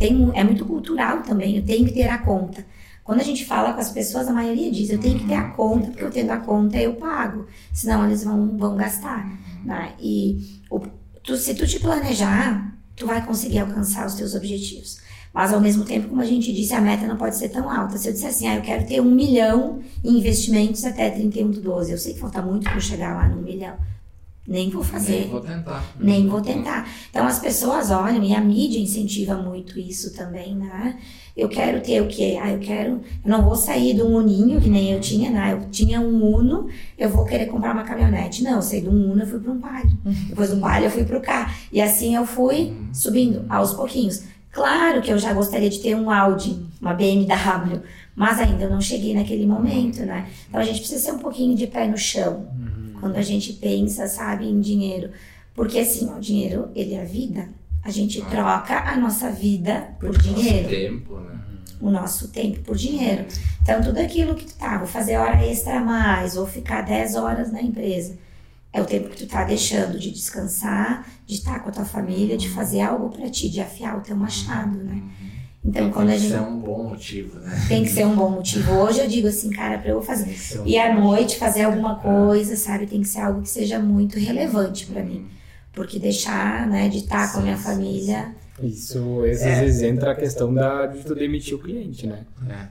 é muito cultural também, eu tenho que ter a conta. Quando a gente fala com as pessoas, a maioria diz, eu tenho que ter a conta, porque eu tendo a conta eu pago, senão eles vão gastar. Né? E se tu te planejar, tu vai conseguir alcançar os teus objetivos. Mas ao mesmo tempo, como a gente disse, a meta não pode ser tão alta. Se eu disser assim, eu quero ter 1 milhão em investimentos até 31/12, eu sei que falta muito para eu chegar lá no 1 milhão. Nem vou fazer. Nem vou tentar. Então as pessoas olham, e a mídia incentiva muito isso também, né? Eu quero ter o quê? Eu não vou sair de um Uninho, que nem eu tinha, né? Eu tinha um Uno, eu vou querer comprar uma caminhonete. Não, eu saí de um Uno, eu fui para um Palio. Depois do Palio, eu fui para o carro. E assim eu fui subindo, aos pouquinhos. Claro que eu já gostaria de ter um Audi, uma BMW, mas ainda eu não cheguei naquele momento, né? Então a gente precisa ser um pouquinho de pé no chão. Quando a gente pensa, sabe, em dinheiro. Porque assim, o dinheiro, ele é a vida. A gente troca a nossa vida por dinheiro. O nosso tempo, né? O nosso tempo por dinheiro. Então, tudo aquilo que tu vou fazer hora extra a mais, vou ficar 10 horas na empresa. É o tempo que tu tá deixando de descansar, de estar com a tua família, de fazer algo pra ti, de afiar o teu machado, né? Então, quando a gente... Tem que ser um bom motivo, né? Tem que ser um bom motivo. Hoje eu digo assim, cara, pra eu fazer... E à noite fazer alguma coisa, sabe? Tem que ser algo que seja muito relevante pra mim. Porque deixar, né, de estar com a minha família... Isso, às vezes entra a questão de tu demitir o cliente, né?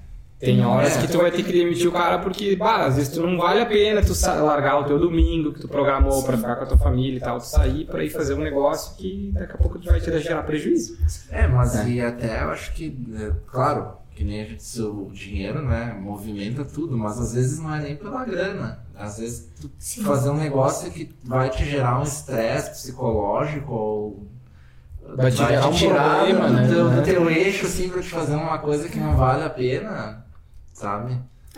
Tem horas que tu vai ter que demitir o cara porque, às vezes tu não vale a pena tu largar o teu domingo que tu programou pra ficar com a tua família e tal, tu sair pra ir fazer um negócio que daqui a pouco tu vai te gerar prejuízo. E até eu acho que, claro, que nem a gente disse, o dinheiro, né, movimenta tudo, mas às vezes não é nem pela grana. Às vezes tu fazer um negócio que vai te gerar um estresse psicológico ou vai te gerar um problema, do teu eixo, assim, pra te fazer uma coisa que não vale a pena, sabe?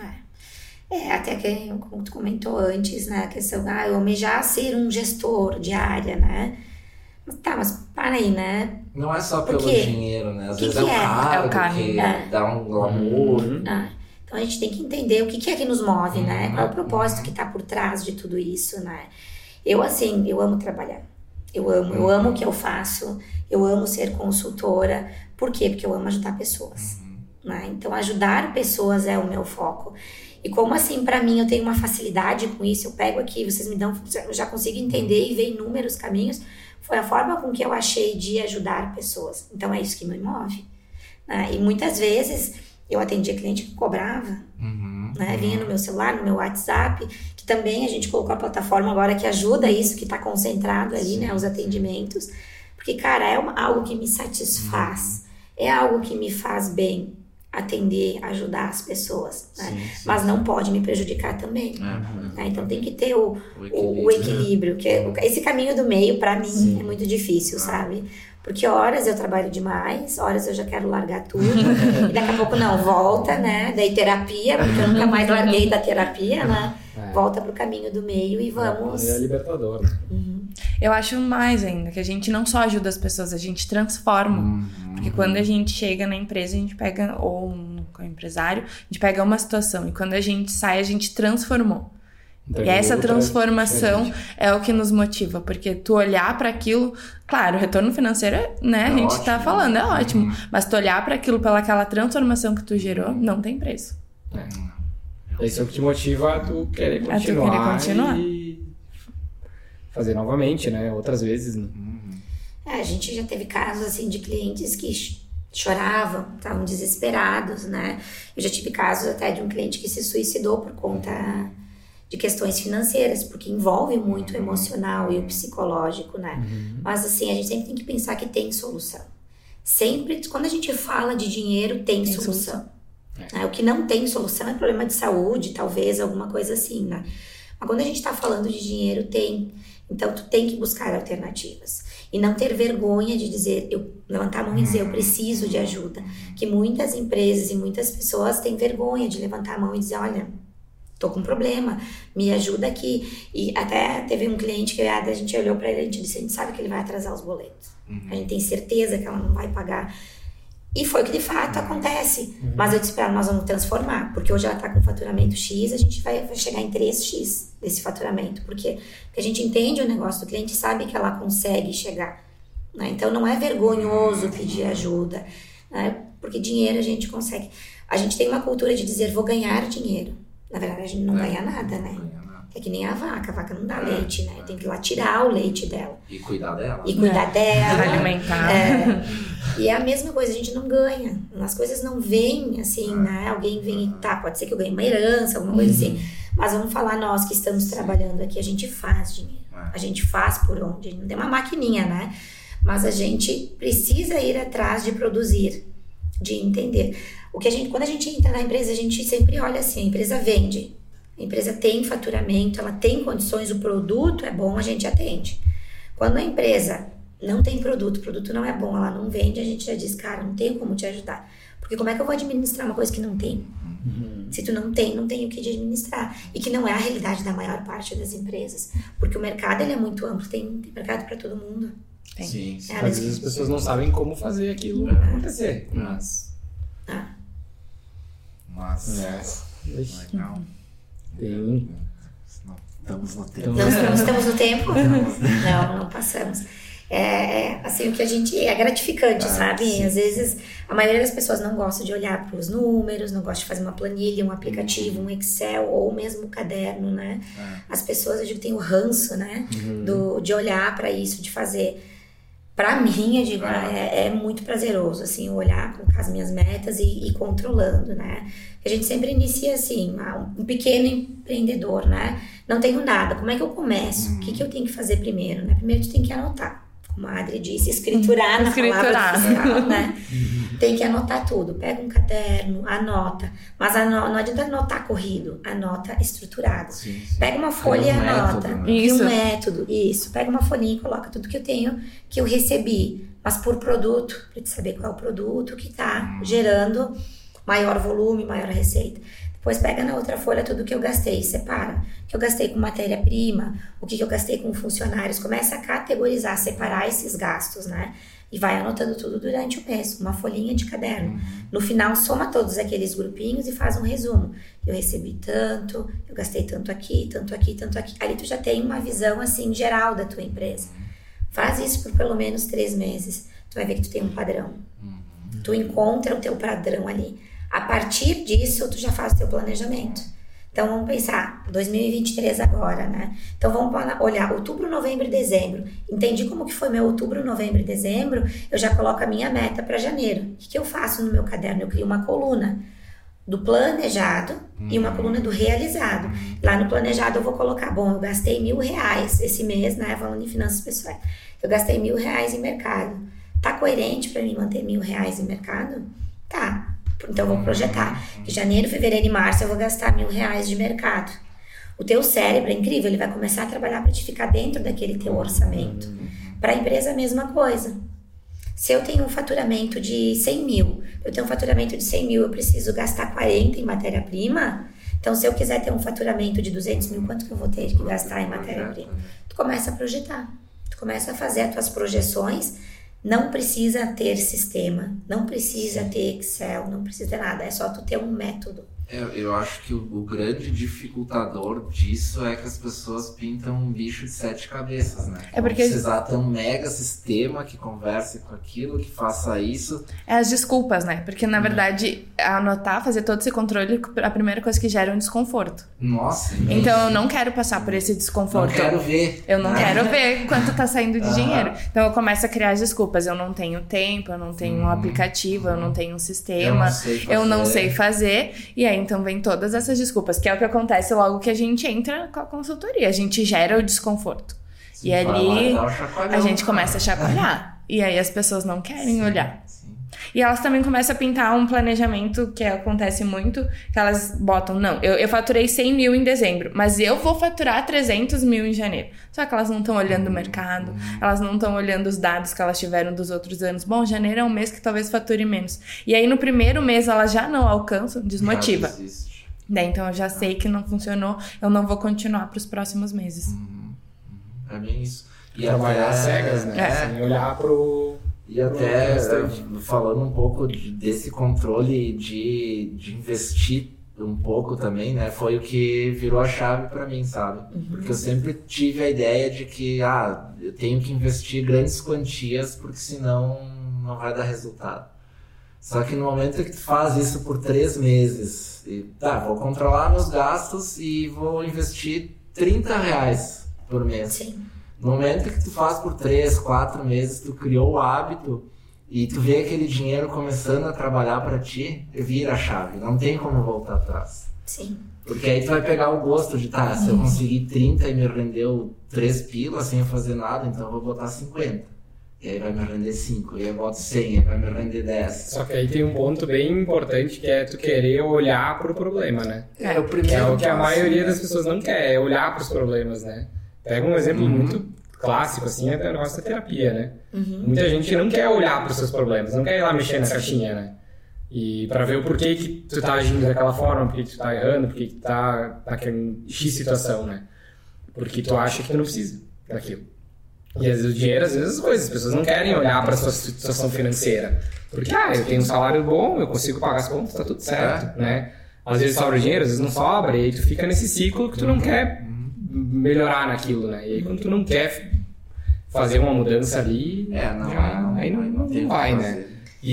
Até que, como tu comentou antes, né, a questão, eu almejar ser um gestor de área, né? Mas para aí, né? Não é só pelo dinheiro, né? Às vezes é o carro, que dá um glamour. Então a gente tem que entender o que é que nos move, né? Qual é o propósito que tá por trás de tudo isso, né? Eu amo trabalhar. Eu amo o que eu faço. Eu amo ser consultora. Por quê? Porque eu amo ajudar pessoas. né? Então, ajudar pessoas é o meu foco. E como assim, para mim, eu tenho uma facilidade com isso, eu pego aqui, vocês me dão, eu já consigo entender e ver inúmeros caminhos, foi a forma com que eu achei de ajudar pessoas. Então, é isso que me move. Né? E muitas vezes, eu atendia cliente que cobrava, né? Vinha no meu celular, no meu WhatsApp, que também a gente colocou a plataforma agora que ajuda isso, que está concentrado ali, né? Os atendimentos. Porque, cara, é algo que me satisfaz, é algo que me faz bem. Atender, ajudar as pessoas, né? Sim. Mas não pode me prejudicar também, né? Então tem que ter o equilíbrio, que esse caminho do meio para mim é muito difícil, sabe? Porque horas eu trabalho demais, horas eu já quero largar tudo e daqui a pouco não, volta, né? Daí terapia, porque eu nunca mais larguei da terapia, né? Volta pro caminho do meio e vamos... É libertador, né? Eu acho mais ainda, que a gente não só ajuda as pessoas, a gente transforma. Porque quando a gente chega na empresa, a gente pega, ou com o empresário, a gente pega uma situação. E quando a gente sai, a gente transformou. Então, e essa transformação é o que nos motiva. Porque tu olhar para aquilo... Claro, o retorno financeiro, né? A gente tá falando, é ótimo. Mas tu olhar para aquilo, pelaquela transformação que tu gerou, não tem preço. Isso é o que te motiva a tu querer continuar. E fazer novamente, né? Outras vezes, né? A gente já teve casos, assim, de clientes que choravam, estavam desesperados, né? Eu já tive casos até de um cliente que se suicidou por conta de questões financeiras, porque envolve muito o emocional e o psicológico, né? Mas, assim, a gente sempre tem que pensar que tem solução. Sempre, quando a gente fala de dinheiro, tem solução. O que não tem solução é problema de saúde, talvez, alguma coisa assim, né? Mas quando a gente tá falando de dinheiro, tem. Então, tu tem que buscar alternativas. E não ter vergonha de dizer, levantar a mão e dizer, eu preciso de ajuda. Que muitas empresas e muitas pessoas têm vergonha de levantar a mão e dizer, olha, tô com um problema, me ajuda aqui. E até teve um cliente que a gente olhou para ele e disse, a gente sabe que ele vai atrasar os boletos. A gente tem certeza que ela não vai pagar. E foi o que de fato acontece. Mas eu disse para ela, nós vamos transformar. Porque hoje ela está com faturamento X, a gente vai chegar em 3X desse faturamento. Porque a gente entende o negócio do cliente, sabe que ela consegue chegar. Né? Então não é vergonhoso pedir ajuda. Né? Porque dinheiro a gente consegue. A gente tem uma cultura de dizer, vou ganhar dinheiro. Na verdade a gente não ganha nada, né? É que nem a vaca não dá leite, né? Tem que ir lá tirar o leite dela. E cuidar dela. Alimentar. E é a mesma coisa, a gente não ganha. As coisas não vêm assim, né? Alguém vem e pode ser que eu ganhe uma herança, alguma coisa assim. Mas vamos falar nós que estamos trabalhando aqui, a gente faz dinheiro. A gente faz por onde? A gente não tem uma maquininha, né? Mas a gente precisa ir atrás de produzir, de entender. Quando a gente entra na empresa, a gente sempre olha assim, a empresa vende. A empresa tem faturamento, ela tem condições, o produto é bom, a gente atende. Quando a empresa não tem produto, o produto não é bom, ela não vende, a gente já diz, cara, não tenho como te ajudar. Porque como é que eu vou administrar uma coisa que não tem? Se tu não tem o que administrar. E que não é a realidade da maior parte das empresas. Porque o mercado ele é muito amplo, tem mercado para todo mundo. Tem. Sim. Às vezes as pessoas não sabem como fazer aquilo acontecer. Mas... Legal. Estamos no tempo. Não estamos no tempo? Não passamos. Assim, o que a gente... É gratificante, sabe? Sim. Às vezes, a maioria das pessoas não gosta de olhar para os números, não gosta de fazer uma planilha, um aplicativo, um Excel ou mesmo um caderno, né? As pessoas, eu digo, têm o ranço, né? De olhar para isso, de fazer... Para mim, eu digo, é muito prazeroso, assim, olhar, colocar as minhas metas e ir controlando, né? A gente sempre inicia assim, um pequeno empreendedor, né? Não tenho nada, como é que eu começo? O que eu tenho que fazer primeiro, né? Primeiro tu tem que anotar, como a Adri disse, escriturar na palavra fiscal, né? Tem que anotar tudo, pega um caderno, anota, mas não adianta anotar corrido, anota estruturado. Sim. Pega uma folha e anota, um método, isso, pega uma folhinha e coloca tudo que eu tenho, que eu recebi, mas por produto, para te saber qual é o produto que tá gerando maior volume, maior receita. Depois pega na outra folha tudo que eu gastei, separa. O que eu gastei com matéria-prima, o que eu gastei com funcionários. Começa a categorizar, separar esses gastos, né? E vai anotando tudo durante o mês, uma folhinha de caderno. No final, soma todos aqueles grupinhos e faz um resumo. Eu recebi tanto, eu gastei tanto aqui, tanto aqui, tanto aqui. Ali tu já tem uma visão, assim, geral da tua empresa. Faz isso por pelo menos 3 meses. Tu vai ver que tu tem um padrão. Tu encontra o teu padrão ali. A partir disso, tu já faz o teu planejamento. Então, vamos pensar, 2023 agora, né? Então, vamos olhar outubro, novembro e dezembro. Entendi como que foi meu outubro, novembro e dezembro, eu já coloco a minha meta para janeiro. O que eu faço no meu caderno? Eu crio uma coluna do planejado e uma coluna do realizado. Lá no planejado eu vou colocar, bom, eu gastei R$1.000 esse mês, né? Falando em finanças pessoais. Eu gastei R$1.000 em mercado. Tá coerente para mim manter R$1.000 em mercado? Tá. Então, eu vou projetar que janeiro, fevereiro e março eu vou gastar R$1.000 de mercado. O teu cérebro é incrível, ele vai começar a trabalhar para te ficar dentro daquele teu orçamento. Para a empresa, a mesma coisa. Se eu tenho um faturamento de 100 mil, eu preciso gastar 40 em matéria-prima. Então, se eu quiser ter um faturamento de 200 mil, quanto que eu vou ter que gastar em matéria-prima? Tu começa a projetar, tu começa a fazer as tuas projeções. Não precisa ter sistema, não precisa ter Excel, não precisa ter nada, é só tu ter um método. Eu acho que o grande dificultador disso é que as pessoas pintam um bicho de 7 cabeças, né? É porque precisar ter um mega sistema que converse com aquilo, que faça isso. É as desculpas, né? Porque, na verdade, anotar, fazer todo esse controle, a primeira coisa que gera é um desconforto. Nossa. Então, eu não quero passar por esse desconforto. Não quero ver. Eu não quero ver quanto tá saindo de dinheiro. Então, eu começo a criar as desculpas. Eu não tenho tempo, eu não tenho um aplicativo, eu não tenho um sistema, eu não sei fazer. E aí, então, vem todas essas desculpas, que é o que acontece logo que a gente entra com a consultoria. A gente gera o desconforto. Sim, e ali a gente começa a chacoalhar. E aí as pessoas não querem olhar. Sim. E elas também começam a pintar um planejamento que acontece muito, que elas botam, não, eu faturei 100 mil em dezembro, mas eu vou faturar 300 mil em janeiro. Só que elas não estão olhando o mercado, elas não estão olhando os dados que elas tiveram dos outros anos. Bom, janeiro é um mês que talvez fature menos. E aí no primeiro mês elas já não alcançam, desmotiva. Então eu já sei que não funcionou, eu não vou continuar para os próximos meses. É bem isso. E trabalhar às cegas, né? Sem olhar pro... E até falando um pouco desse controle de investir um pouco também, né? Foi o que virou a chave para mim, sabe? Porque eu sempre tive a ideia de que, eu tenho que investir grandes quantias porque senão não vai dar resultado. Só que no momento que tu faz isso por 3 meses, vou controlar meus gastos e vou investir R$30 por mês. Sim. No momento que tu faz por 3, 4 meses, tu criou o hábito e tu vê aquele dinheiro começando a trabalhar para ti, vira a chave. Não tem como voltar atrás. Sim. Porque aí tu vai pegar o gosto de, se eu conseguir 30 e me rendeu 3 pilas sem eu fazer nada, então eu vou botar 50. E aí vai me render 5, e aí eu boto 100, aí vai me render 10. Só que aí tem um ponto bem importante, que é tu querer olhar pro problema, né? É o primeiro. Que é o que a maioria das pessoas não quer, é olhar pros problemas, né? Pega um exemplo muito clássico, assim, é o negócio da terapia, né? Muita gente não quer olhar pros seus problemas, não quer ir lá mexer na caixinha, né? E pra ver o porquê que tu tá agindo daquela forma, porquê que tu tá errando, porquê que tu tá naquela X situação, né? Porque tu acha que tu não precisa daquilo. E às vezes o dinheiro, às vezes as coisas, as pessoas não querem olhar pra sua situação financeira. Porque, eu tenho um salário bom, eu consigo pagar as contas, tá tudo certo, né? Às vezes sobra dinheiro, às vezes não sobra, e aí tu fica nesse ciclo que tu não quer melhorar naquilo, né? E aí quando tu não quer fazer uma mudança ali, aí não vai, né? E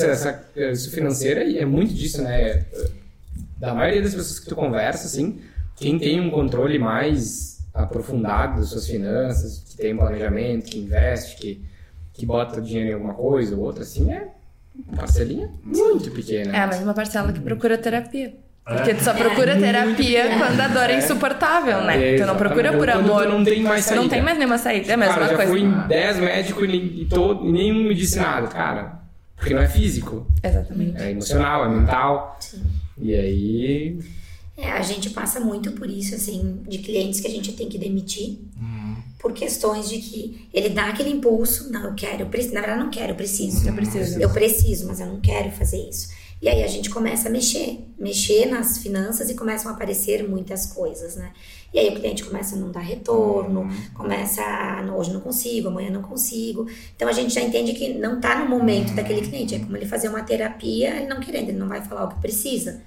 isso financeira é muito disso, né? Da maioria das pessoas que tu conversa, assim, quem tem um controle mais aprofundado das suas finanças, que tem um planejamento, que investe, que bota dinheiro em alguma coisa ou outra, assim, é uma parcelinha muito pequena. É a mesma parcela que procura terapia. Porque tu só procura terapia quando a dor é insuportável, né? Tu não procura por amor. Tu não tem mais saída. Não tem mais nenhuma saída. É a mesma coisa. Já fui em 10 médicos e nenhum me disse nada. Cara, porque não é físico. Exatamente. É emocional, é mental. Sim. E aí... a gente passa muito por isso, assim, de clientes que a gente tem que demitir. Por questões de que ele dá aquele impulso. Não, eu quero. Na verdade, não quero, eu preciso. Eu preciso, mas eu não quero fazer isso. E aí a gente começa a mexer nas finanças e começam a aparecer muitas coisas, né? E aí o cliente começa a não dar retorno, começa a, hoje não consigo, amanhã não consigo. Então a gente já entende que não tá no momento daquele cliente. É como ele fazer uma terapia, ele não querendo, ele não vai falar o que precisa.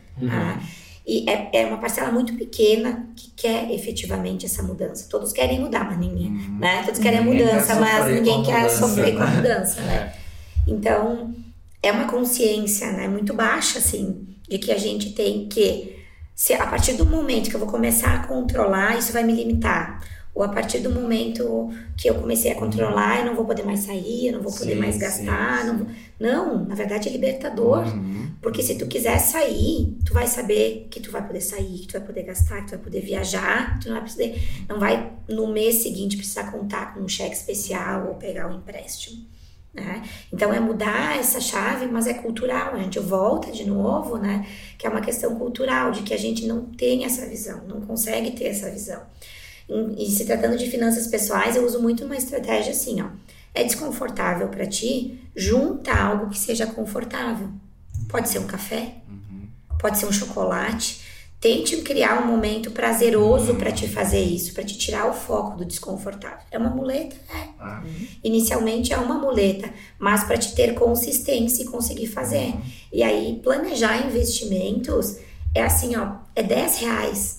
E é uma parcela muito pequena que quer efetivamente essa mudança. Todos querem mudar, mas ninguém, né? Todos querem a mudança, mas ninguém quer sofrer com a mudança, né? Então... é uma consciência, né, muito baixa, assim, de que a gente tem que, se a partir do momento que eu vou começar a controlar, isso vai me limitar. Ou a partir do momento que eu comecei a controlar, eu não vou poder mais sair, eu não vou poder mais gastar. Não, na verdade é libertador. Porque se tu quiser sair, tu vai saber que tu vai poder sair, que tu vai poder gastar, que tu vai poder viajar, tu não vai no mês seguinte precisar contar com um cheque especial ou pegar um empréstimo. Né? Então é mudar essa chave, mas é cultural, a gente volta de novo, né? Que é uma questão cultural, de que a gente não tem essa visão, não consegue ter essa visão. E se tratando de finanças pessoais, eu uso muito uma estratégia assim, ó. É desconfortável para ti? Junta algo que seja confortável. Pode ser um café, pode ser um chocolate. Tente criar um momento prazeroso para te fazer isso, para te tirar o foco do desconfortável. É uma muleta? Inicialmente é uma muleta, mas para te ter consistência e conseguir fazer. E aí, planejar investimentos é assim, ó, é R$10.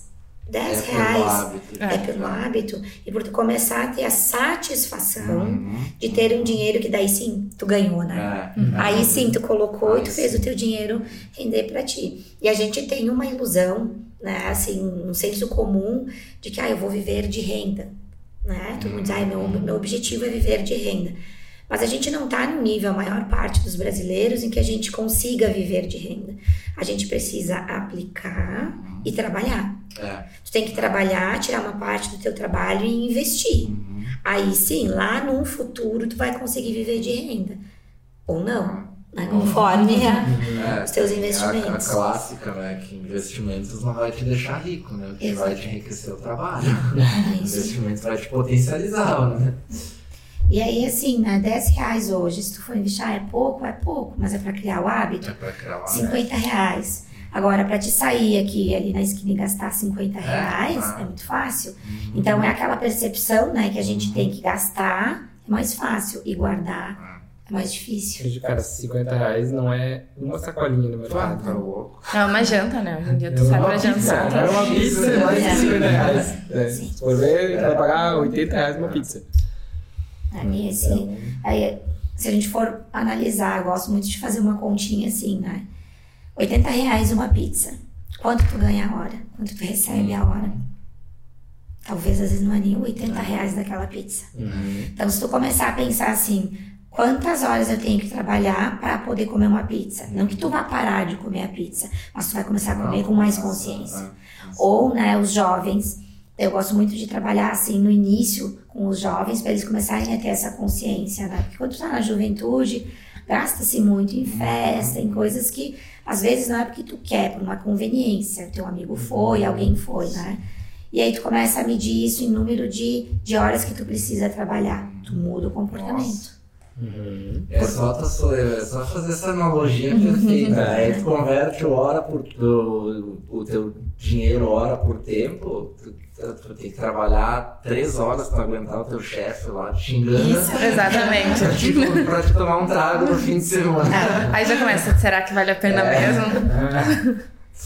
É pelo hábito. E por tu começar a ter a satisfação de ter um dinheiro que daí sim, tu ganhou, né? Aí sim, tu colocou e tu fez o teu dinheiro render pra ti. E a gente tem uma ilusão, né? Assim, um senso comum de que, eu vou viver de renda, né? Todo mundo diz, meu objetivo é viver de renda. Mas a gente não está no nível, a maior parte dos brasileiros, em que a gente consiga viver de renda. A gente precisa aplicar e trabalhar. Tu tem que trabalhar, tirar uma parte do teu trabalho e investir. Aí sim, lá no futuro, tu vai conseguir viver de renda. Ou não, né? Conforme os teus investimentos. A clássica, né? Que investimentos não vai te deixar rico, né? O que vai te enriquecer o trabalho. Investimentos vai te potencializar, né? E aí, assim, né, R$10 hoje, se tu for investir, é pouco, mas é pra criar o hábito. R$50. Agora, pra te sair aqui, ali na esquina e gastar R$50 é muito fácil. Então, é aquela percepção, né, que a gente tem que gastar, é mais fácil, e guardar é mais difícil. Cara, R$50 não é uma sacolinha no mercado. Tá louco. É uma janta, né? Hoje em dia tu sai pra jantar. É uma pizza, mais de R$50. Se for ver, tu vai pagar R$80 uma pizza. Aí, assim, aí, se a gente for analisar, eu gosto muito de fazer uma continha assim, né? R$80 uma pizza. Quanto tu ganha a hora? Quanto tu recebe a hora? Talvez às vezes não é nem R$80 daquela pizza. Então, se tu começar a pensar assim, quantas horas eu tenho que trabalhar para poder comer uma pizza? Não que tu vá parar de comer a pizza, mas tu vai começar a comer com mais consciência. Ou, né, os jovens. Eu gosto muito de trabalhar assim no início com os jovens para eles começarem a ter essa consciência, né? Porque quando tu tá na juventude, gasta-se muito em festa, em coisas que às vezes não é porque tu quer, por uma conveniência. Teu amigo foi, alguém foi, né? E aí tu começa a medir isso em número de horas que tu precisa trabalhar. Tu muda o comportamento. É só fazer essa analogia perfeita. Aí tu converte o teu dinheiro hora por tempo. Tu tem que trabalhar 3 horas pra aguentar o teu chefe lá te xingando. Isso, exatamente. pra te tomar um trago no fim de semana. Aí já começa, será que vale a pena mesmo?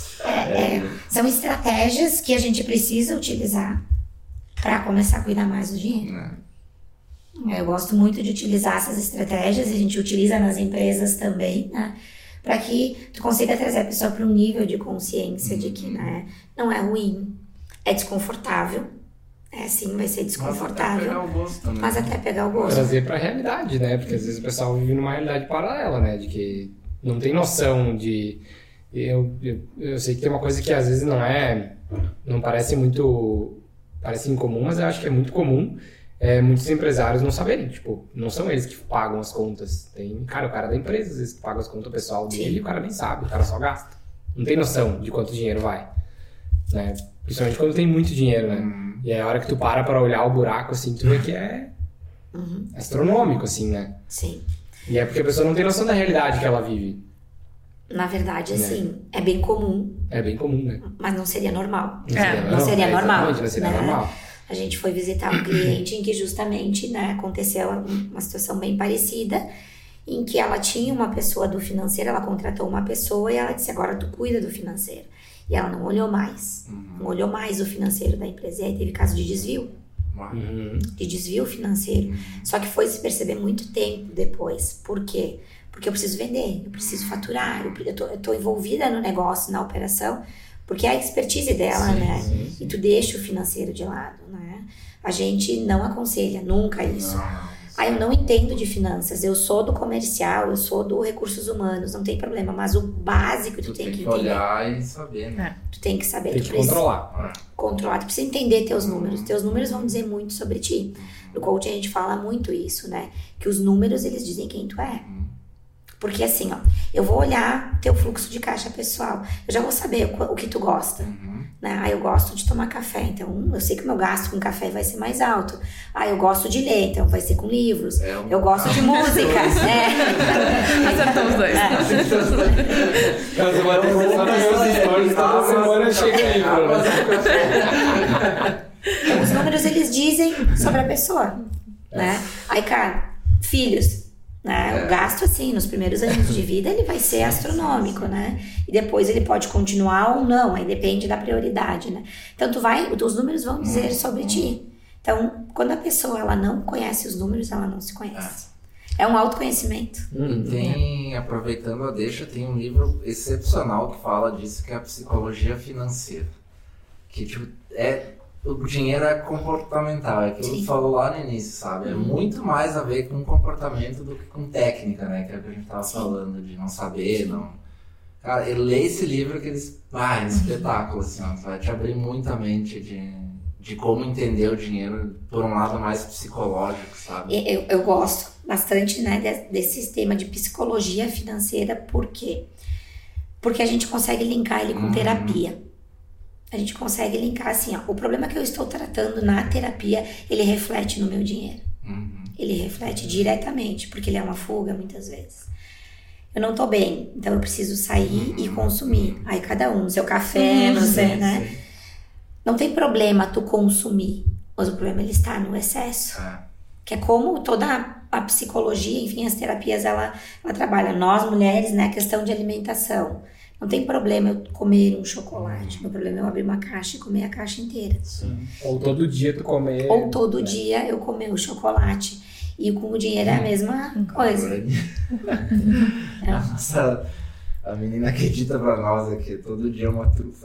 São estratégias que a gente precisa utilizar para começar a cuidar mais do dinheiro. Eu gosto muito de utilizar essas estratégias, a gente utiliza nas empresas também, né? Para que tu consiga trazer a pessoa para um nível de consciência de que, né, não é ruim, é desconfortável, sim, vai ser desconfortável, mas até pegar o gosto. Trazer para a realidade, né? Porque às vezes o pessoal vive numa realidade paralela, né? De que não tem noção de... Eu sei que tem uma coisa que às vezes não parece muito... Parece incomum, mas eu acho que é muito comum. Muitos empresários não saberem, tipo, não são eles que pagam as contas. Tem, o cara da empresa, às vezes, que paga as contas pessoal dele, e o cara nem sabe, o cara só gasta. Não tem noção de quanto dinheiro vai, né? Principalmente quando tem muito dinheiro, né? E aí a hora que tu para olhar o buraco, assim, tu vê que é astronômico, assim, né? Sim. E é porque a pessoa não tem noção da realidade que ela vive. Na verdade, assim, é bem comum. É bem comum, né? Mas não seria normal. Não seria normal. Não seria normal. A gente foi visitar um cliente em que justamente, né, aconteceu uma situação bem parecida, em que ela tinha uma pessoa do financeiro, ela contratou uma pessoa e ela disse, agora tu cuida do financeiro. E ela não olhou mais. Não olhou mais o financeiro da empresa. E aí teve caso de desvio. De desvio financeiro. Só que foi se perceber muito tempo depois. Por quê? Porque eu preciso vender, eu preciso faturar, eu tô envolvida no negócio, na operação, porque é a expertise dela, né? E tu deixa o financeiro de lado, né? A gente não aconselha nunca isso. Eu não entendo de finanças, eu sou do comercial, eu sou do recursos humanos, não tem problema, mas o básico tu tem que entender. Olhar e saber, né? Tu tem que saber. Tem que controlar. Tu precisa entender teus números. Teus números vão dizer muito sobre ti. No coaching a gente fala muito isso, né? Que os números, eles dizem quem tu é. Porque assim, eu vou olhar teu fluxo de caixa pessoal, eu já vou saber o que tu gosta, né? Eu gosto de tomar café, então eu sei que o meu gasto com café vai ser mais alto. Eu gosto de ler, então vai ser com livros. Eu gosto de música. Acertou os dois. Caso vai ter meus stories, toda semana chega livro, Então, os números, eles dizem sobre a pessoa, né? Aí, cara, filhos, né? O gasto, assim, nos primeiros anos de vida, ele vai ser astronômico, né? E depois ele pode continuar ou não, aí depende da prioridade, né? Então, os números vão dizer sobre ti. Então, quando a pessoa, ela não conhece os números, ela não se conhece. É um autoconhecimento. Aproveitando a deixa, tem um livro excepcional que fala disso, que é a Psicologia Financeira. Que, tipo, o dinheiro é comportamental, é aquilo que tu falou lá no início, sabe? É muito mais a ver com comportamento do que com técnica, né? Que é o que a gente tava falando, de não saber, não... Cara, lê esse livro que eles... é espetáculo, assim, ó, vai te abrir muito a mente de como entender o dinheiro por um lado mais psicológico, sabe? Eu gosto bastante, né, desse sistema de psicologia financeira, por quê? Porque a gente consegue linkar ele com terapia. A gente consegue linkar assim, o problema que eu estou tratando na terapia, ele reflete no meu dinheiro. Ele reflete diretamente, porque ele é uma fuga muitas vezes. Eu não tô bem, então eu preciso sair e consumir. Aí cada um, seu café, não sei, né? Não tem problema tu consumir, mas o problema ele está no excesso. Que é como toda a psicologia, enfim, as terapias, ela trabalha. Nós, mulheres, né, a questão de alimentação. Não tem problema eu comer um chocolate. Meu problema é eu abrir uma caixa e comer a caixa inteira. Ou todo dia tu comer... Ou todo dia eu comer o chocolate. E com o dinheiro é a mesma coisa. Nossa, a menina acredita pra nós aqui. Todo dia é uma trufa.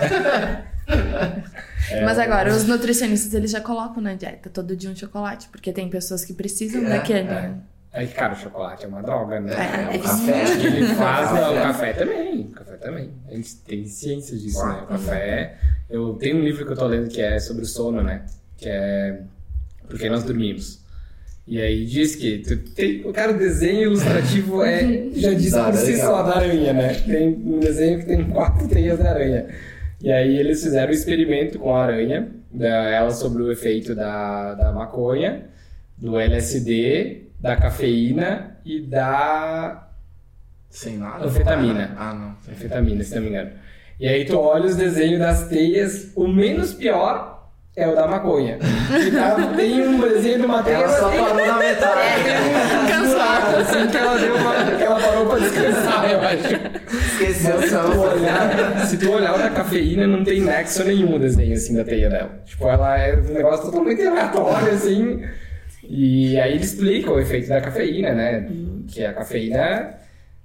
Mas agora, os nutricionistas, eles já colocam na dieta todo dia um chocolate. Porque tem pessoas que precisam daquele... Aí, cara, o chocolate é uma droga, né? O café que ele faz, o café também. A gente tem ciência disso, né? O café... Eu tenho um livro que eu tô lendo que é sobre o sono, né? Que é Porque Nós Dormimos. E aí diz que o desenho ilustrativo já diz por si só da aranha, né? Tem um desenho que tem 4 teias da aranha. E aí eles fizeram um experimento com a aranha, ela sobre o efeito da maconha, do LSD... da cafeína e da sem nada, anfetamina. Não. Anfetamina, se não me engano. E aí tu olha os desenhos das teias, o menos pior é o da maconha. E tem um desenho de uma teia... Ela só parou na metade. Cansada, assim, que ela parou pra descansar, eu acho. Esqueceu se tu olhar o da cafeína, não tem nexo nenhum o desenho, assim, da teia dela. Tipo, ela é um negócio totalmente aleatório, assim... E aí ele explica o efeito da cafeína, né? Que a cafeína,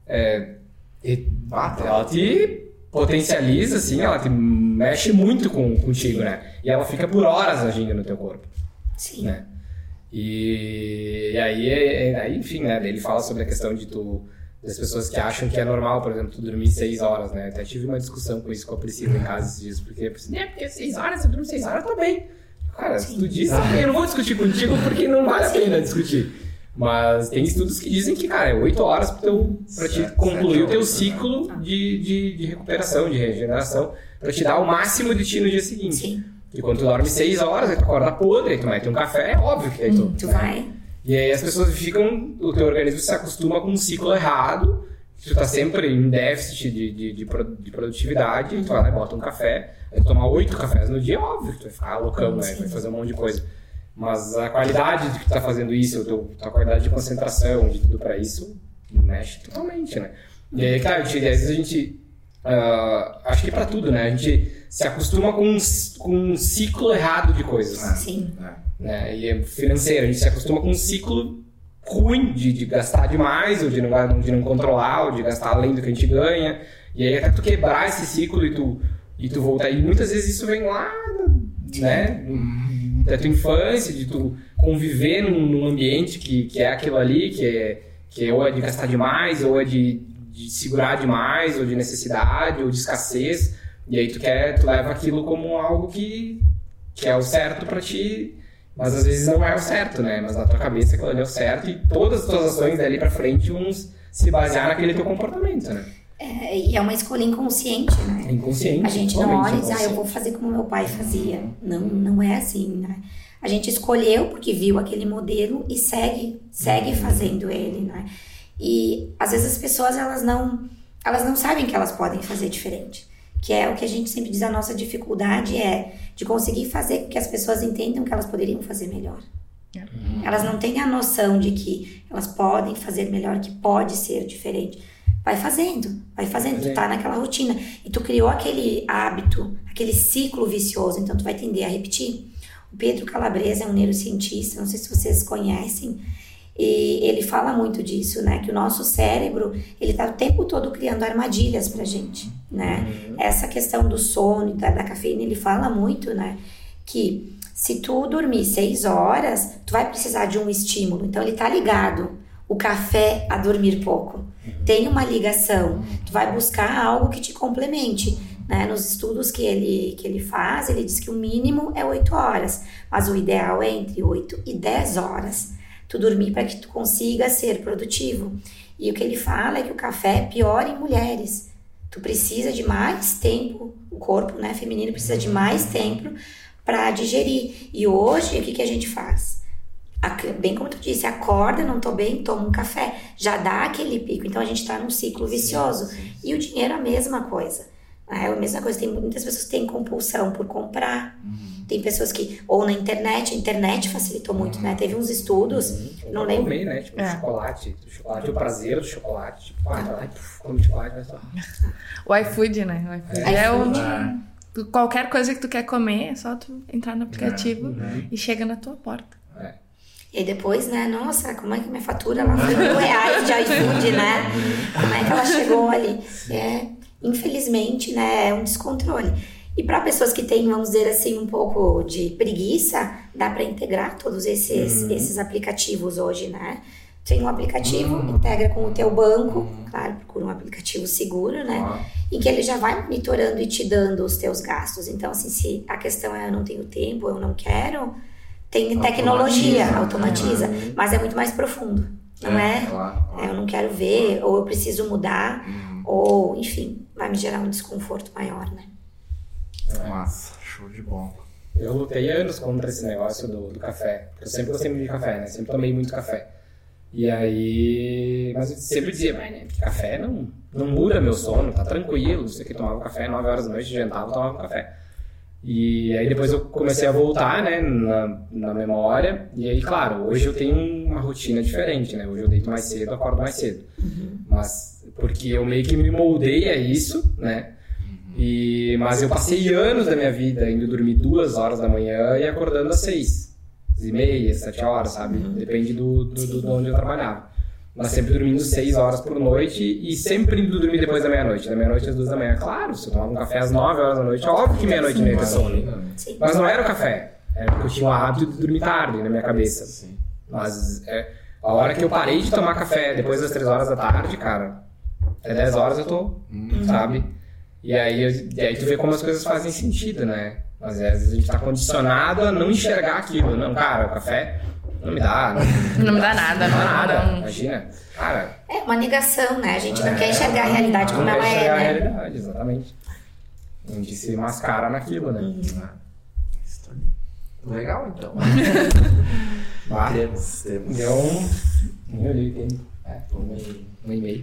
ela te potencializa, assim, ela te mexe muito contigo, né? E ela fica por horas agindo no teu corpo. Sim. Né? E aí, enfim, né? Ele fala sobre a questão das pessoas que acham que é normal, por exemplo, tu dormir 6 horas, né? Até tive uma discussão com isso com a Priscila em casa esses dias, porque porque 6 horas, eu durmo 6 horas, eu tô bem. Cara, se tu diz, eu não vou discutir contigo porque não vale a pena discutir. Mas tem estudos que dizem que, cara, é 8 horas pra te concluir o teu ciclo de recuperação, de regeneração, pra te dar o máximo de ti no dia seguinte. Sim. E quando tu dorme 6 horas, aí tu acorda podre, aí tu mete um café, é óbvio que aí tu vai. E aí as pessoas o teu organismo se acostuma com um ciclo errado, tu tá sempre em déficit de produtividade, e tu vai lá e bota um café, aí tu tomar 8 cafés no dia, é óbvio que tu vai ficar loucão, né? Vai fazer um monte de coisa. Mas a qualidade de que tu tá fazendo isso, a qualidade de concentração, de tudo pra isso, mexe totalmente, né? E aí, cara, às vezes a gente, acho que pra tudo, né? A gente se acostuma com um ciclo errado de coisas. Sim. Né? E é financeiro, a gente se acostuma com um ciclo ruim de gastar demais, ou de não controlar, ou de gastar além do que a gente ganha. E aí até tu quebrar esse ciclo e tu voltar. E muitas vezes isso vem lá, né, da tua infância, de tu conviver num ambiente que é aquilo ali, que é ou é de gastar demais, ou é de segurar demais, ou de necessidade, ou de escassez. E aí tu leva aquilo como algo que é o certo pra ti, mas às vezes não é o certo, né? Mas na tua cabeça aquilo ali é o certo, e todas as tuas ações dali pra frente vão se basear naquele teu comportamento, né? E é uma escolha inconsciente, né? Inconsciente. A gente não olha e diz, eu vou fazer como meu pai fazia. Não é assim, né? A gente escolheu porque viu aquele modelo e segue fazendo ele, né? E às vezes as pessoas, elas não sabem que elas podem fazer diferente. Que é o que a gente sempre diz, a nossa dificuldade é de conseguir fazer com que as pessoas entendam que elas poderiam fazer melhor. Elas não têm a noção de que elas podem fazer melhor, que pode ser diferente. Vai fazendo, tu tá naquela rotina. E tu criou aquele hábito, aquele ciclo vicioso, então tu vai tender a repetir. O Pedro Calabresa é um neurocientista, não sei se vocês conhecem, e ele fala muito disso, né? Que o nosso cérebro, ele tá o tempo todo criando armadilhas pra gente, né? Essa questão do sono, da cafeína, ele fala muito, né? Que se tu dormir 6 horas, tu vai precisar de um estímulo. Então ele tá ligado, o café a dormir pouco. Tem uma ligação, tu vai buscar algo que te complemente, né? Nos estudos que ele faz, ele diz que o mínimo é 8 horas, mas o ideal é entre 8 e 10 horas. Tu dormir para que tu consiga ser produtivo. E o que ele fala é que o café é pior em mulheres. Tu precisa de mais tempo, o corpo, né, feminino precisa de mais tempo para digerir. E hoje, o que a gente faz? Bem como tu disse, acorda, não tô bem, toma um café. Já dá aquele pico. Então a gente tá num ciclo vicioso. E o dinheiro é a mesma coisa. É a mesma coisa. Tem muitas pessoas que têm compulsão por comprar. Tem pessoas que... Ou na internet. A internet facilitou muito, né? Teve uns estudos... Não lembro. Comer, né? Tipo, chocolate. O prazer do chocolate. Tipo, vai lá e come chocolate, vai só... O iFood, né? O iFood qualquer coisa que tu quer comer, é só tu entrar no aplicativo e chega na tua porta. E depois, né? Nossa, como é que minha fatura lá foi R$1.000 de iFood, né? Como é que ela chegou ali? Infelizmente, né? É um descontrole. E para pessoas que têm, vamos dizer assim, um pouco de preguiça, dá para integrar todos esses aplicativos hoje, né? Tem um aplicativo, integra com o teu banco, claro, procura um aplicativo seguro, né? Em que ele já vai monitorando e te dando os teus gastos. Então, assim, se a questão é eu não tenho tempo, eu não quero, tem tecnologia, automatiza, mas é muito mais profundo, não é? Eu não quero ver, ou eu preciso mudar, ou, enfim, vai me gerar um desconforto maior, né? Nossa, show de bola. Eu lutei anos contra esse negócio do café. Eu sempre gostei muito de café, né? Sempre tomei muito café. E aí... Mas eu sempre dizia, mas né, café não muda meu sono, tá tranquilo. Isso aqui, tomava café 9 horas da noite, jantava, tomava café. E aí depois eu comecei a voltar, né, na memória. E aí, claro, hoje eu tenho uma rotina diferente, né? Hoje eu deito mais cedo, acordo mais cedo. Mas porque eu meio que me moldei a isso, né? Mas eu passei anos da minha vida indo dormir 2 horas da manhã e acordando às 6h30, 7 horas, sabe? Depende do onde eu trabalhava. Mas sempre dormindo 6 horas por noite e sempre indo dormir depois da meia-noite. Da meia-noite às 2 da manhã. Claro, se eu tomava um café às 9 horas da noite, é óbvio que meia-noite não ia ter sono. Mas não era o café. Era porque eu tinha o hábito de dormir tarde na minha cabeça. Mas a hora que eu parei de tomar café depois das 3 horas da tarde, cara, até 10 horas eu tô, sabe? E aí tu vê como as coisas fazem sentido, né? Mas às vezes a gente tá condicionado a não enxergar aquilo. Não, cara, o café não me dá. Não me dá nada, não dá nada. Imagina, cara. É uma negação, né? A gente não quer enxergar a realidade como ela é, né? Não quer enxergar a realidade, exatamente. A gente se mascara naquilo, né? Legal, então. Temos. Deu um tempo. Um e-mail.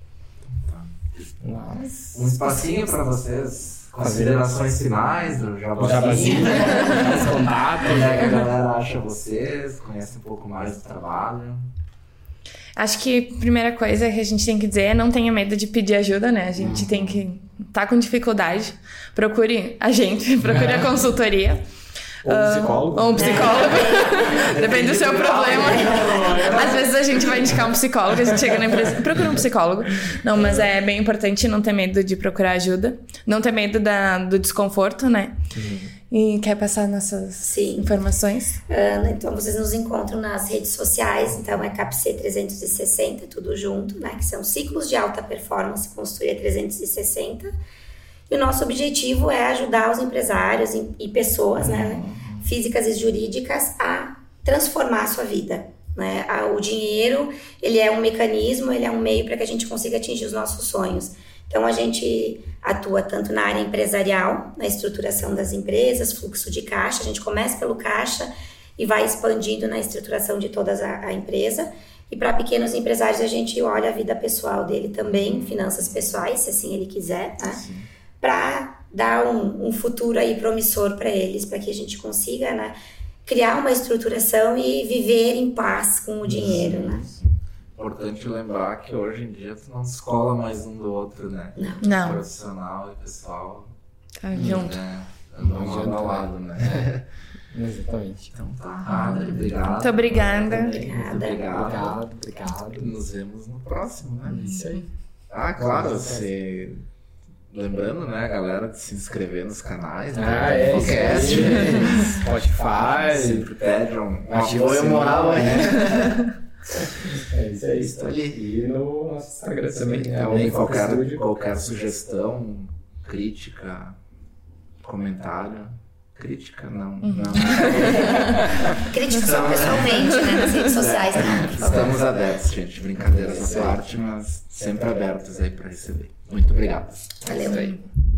Nossa. Um espacinho para vocês, considerações finais do Jabazinho. Mais contato. Como é que a galera acha vocês, conhece um pouco mais do trabalho? Acho que a primeira coisa que a gente tem que dizer é não tenha medo de pedir ajuda, né? A gente tem que... Tá com dificuldade, procure a gente, procure a consultoria. Ou um psicólogo. Depende do seu problema. Às vezes a gente vai indicar um psicólogo, a gente chega na empresa, procura um psicólogo. Não, mas é bem importante não ter medo de procurar ajuda. Não ter medo do desconforto, né? E quer passar nossas informações? Então, vocês nos encontram nas redes sociais. Então, é CAPC 360, tudo junto, né? Que são ciclos de alta performance, consultoria 360. E o nosso objetivo é ajudar os empresários e pessoas, né, físicas e jurídicas a transformar a sua vida, né? O dinheiro, ele é um mecanismo, ele é um meio para que a gente consiga atingir os nossos sonhos. Então, a gente atua tanto na área empresarial, na estruturação das empresas, fluxo de caixa. A gente começa pelo caixa e vai expandindo na estruturação de toda a empresa. E para pequenos empresários, a gente olha a vida pessoal dele também, finanças pessoais, se assim ele quiser, tá? Para dar um futuro aí promissor para eles, para que a gente consiga, né, criar uma estruturação e viver em paz com o dinheiro, né? Importante lembrar que hoje em dia tu não descola mais um do outro, né? Não. Profissional e pessoal. Tá junto. Andam lado a lado, né? Exatamente. Então tá, Adri, obrigado. Muito obrigada. Obrigado. Nos vemos no próximo, né? Isso aí. Claro, você... Lembrando, né, galera, de se inscrever nos canais, né? Podcast, Spotify. Sempre pede um apoio moral aí. É isso aí. Estou ali. E no nosso Instagram também. Também qualquer sugestão, crítica, comentário. Crítica, não. Crítica só pessoalmente, né, nas redes sociais. Estamos abertos, gente. Brincadeiras à parte, mas sempre abertos aí para receber. Muito obrigado. Valeu.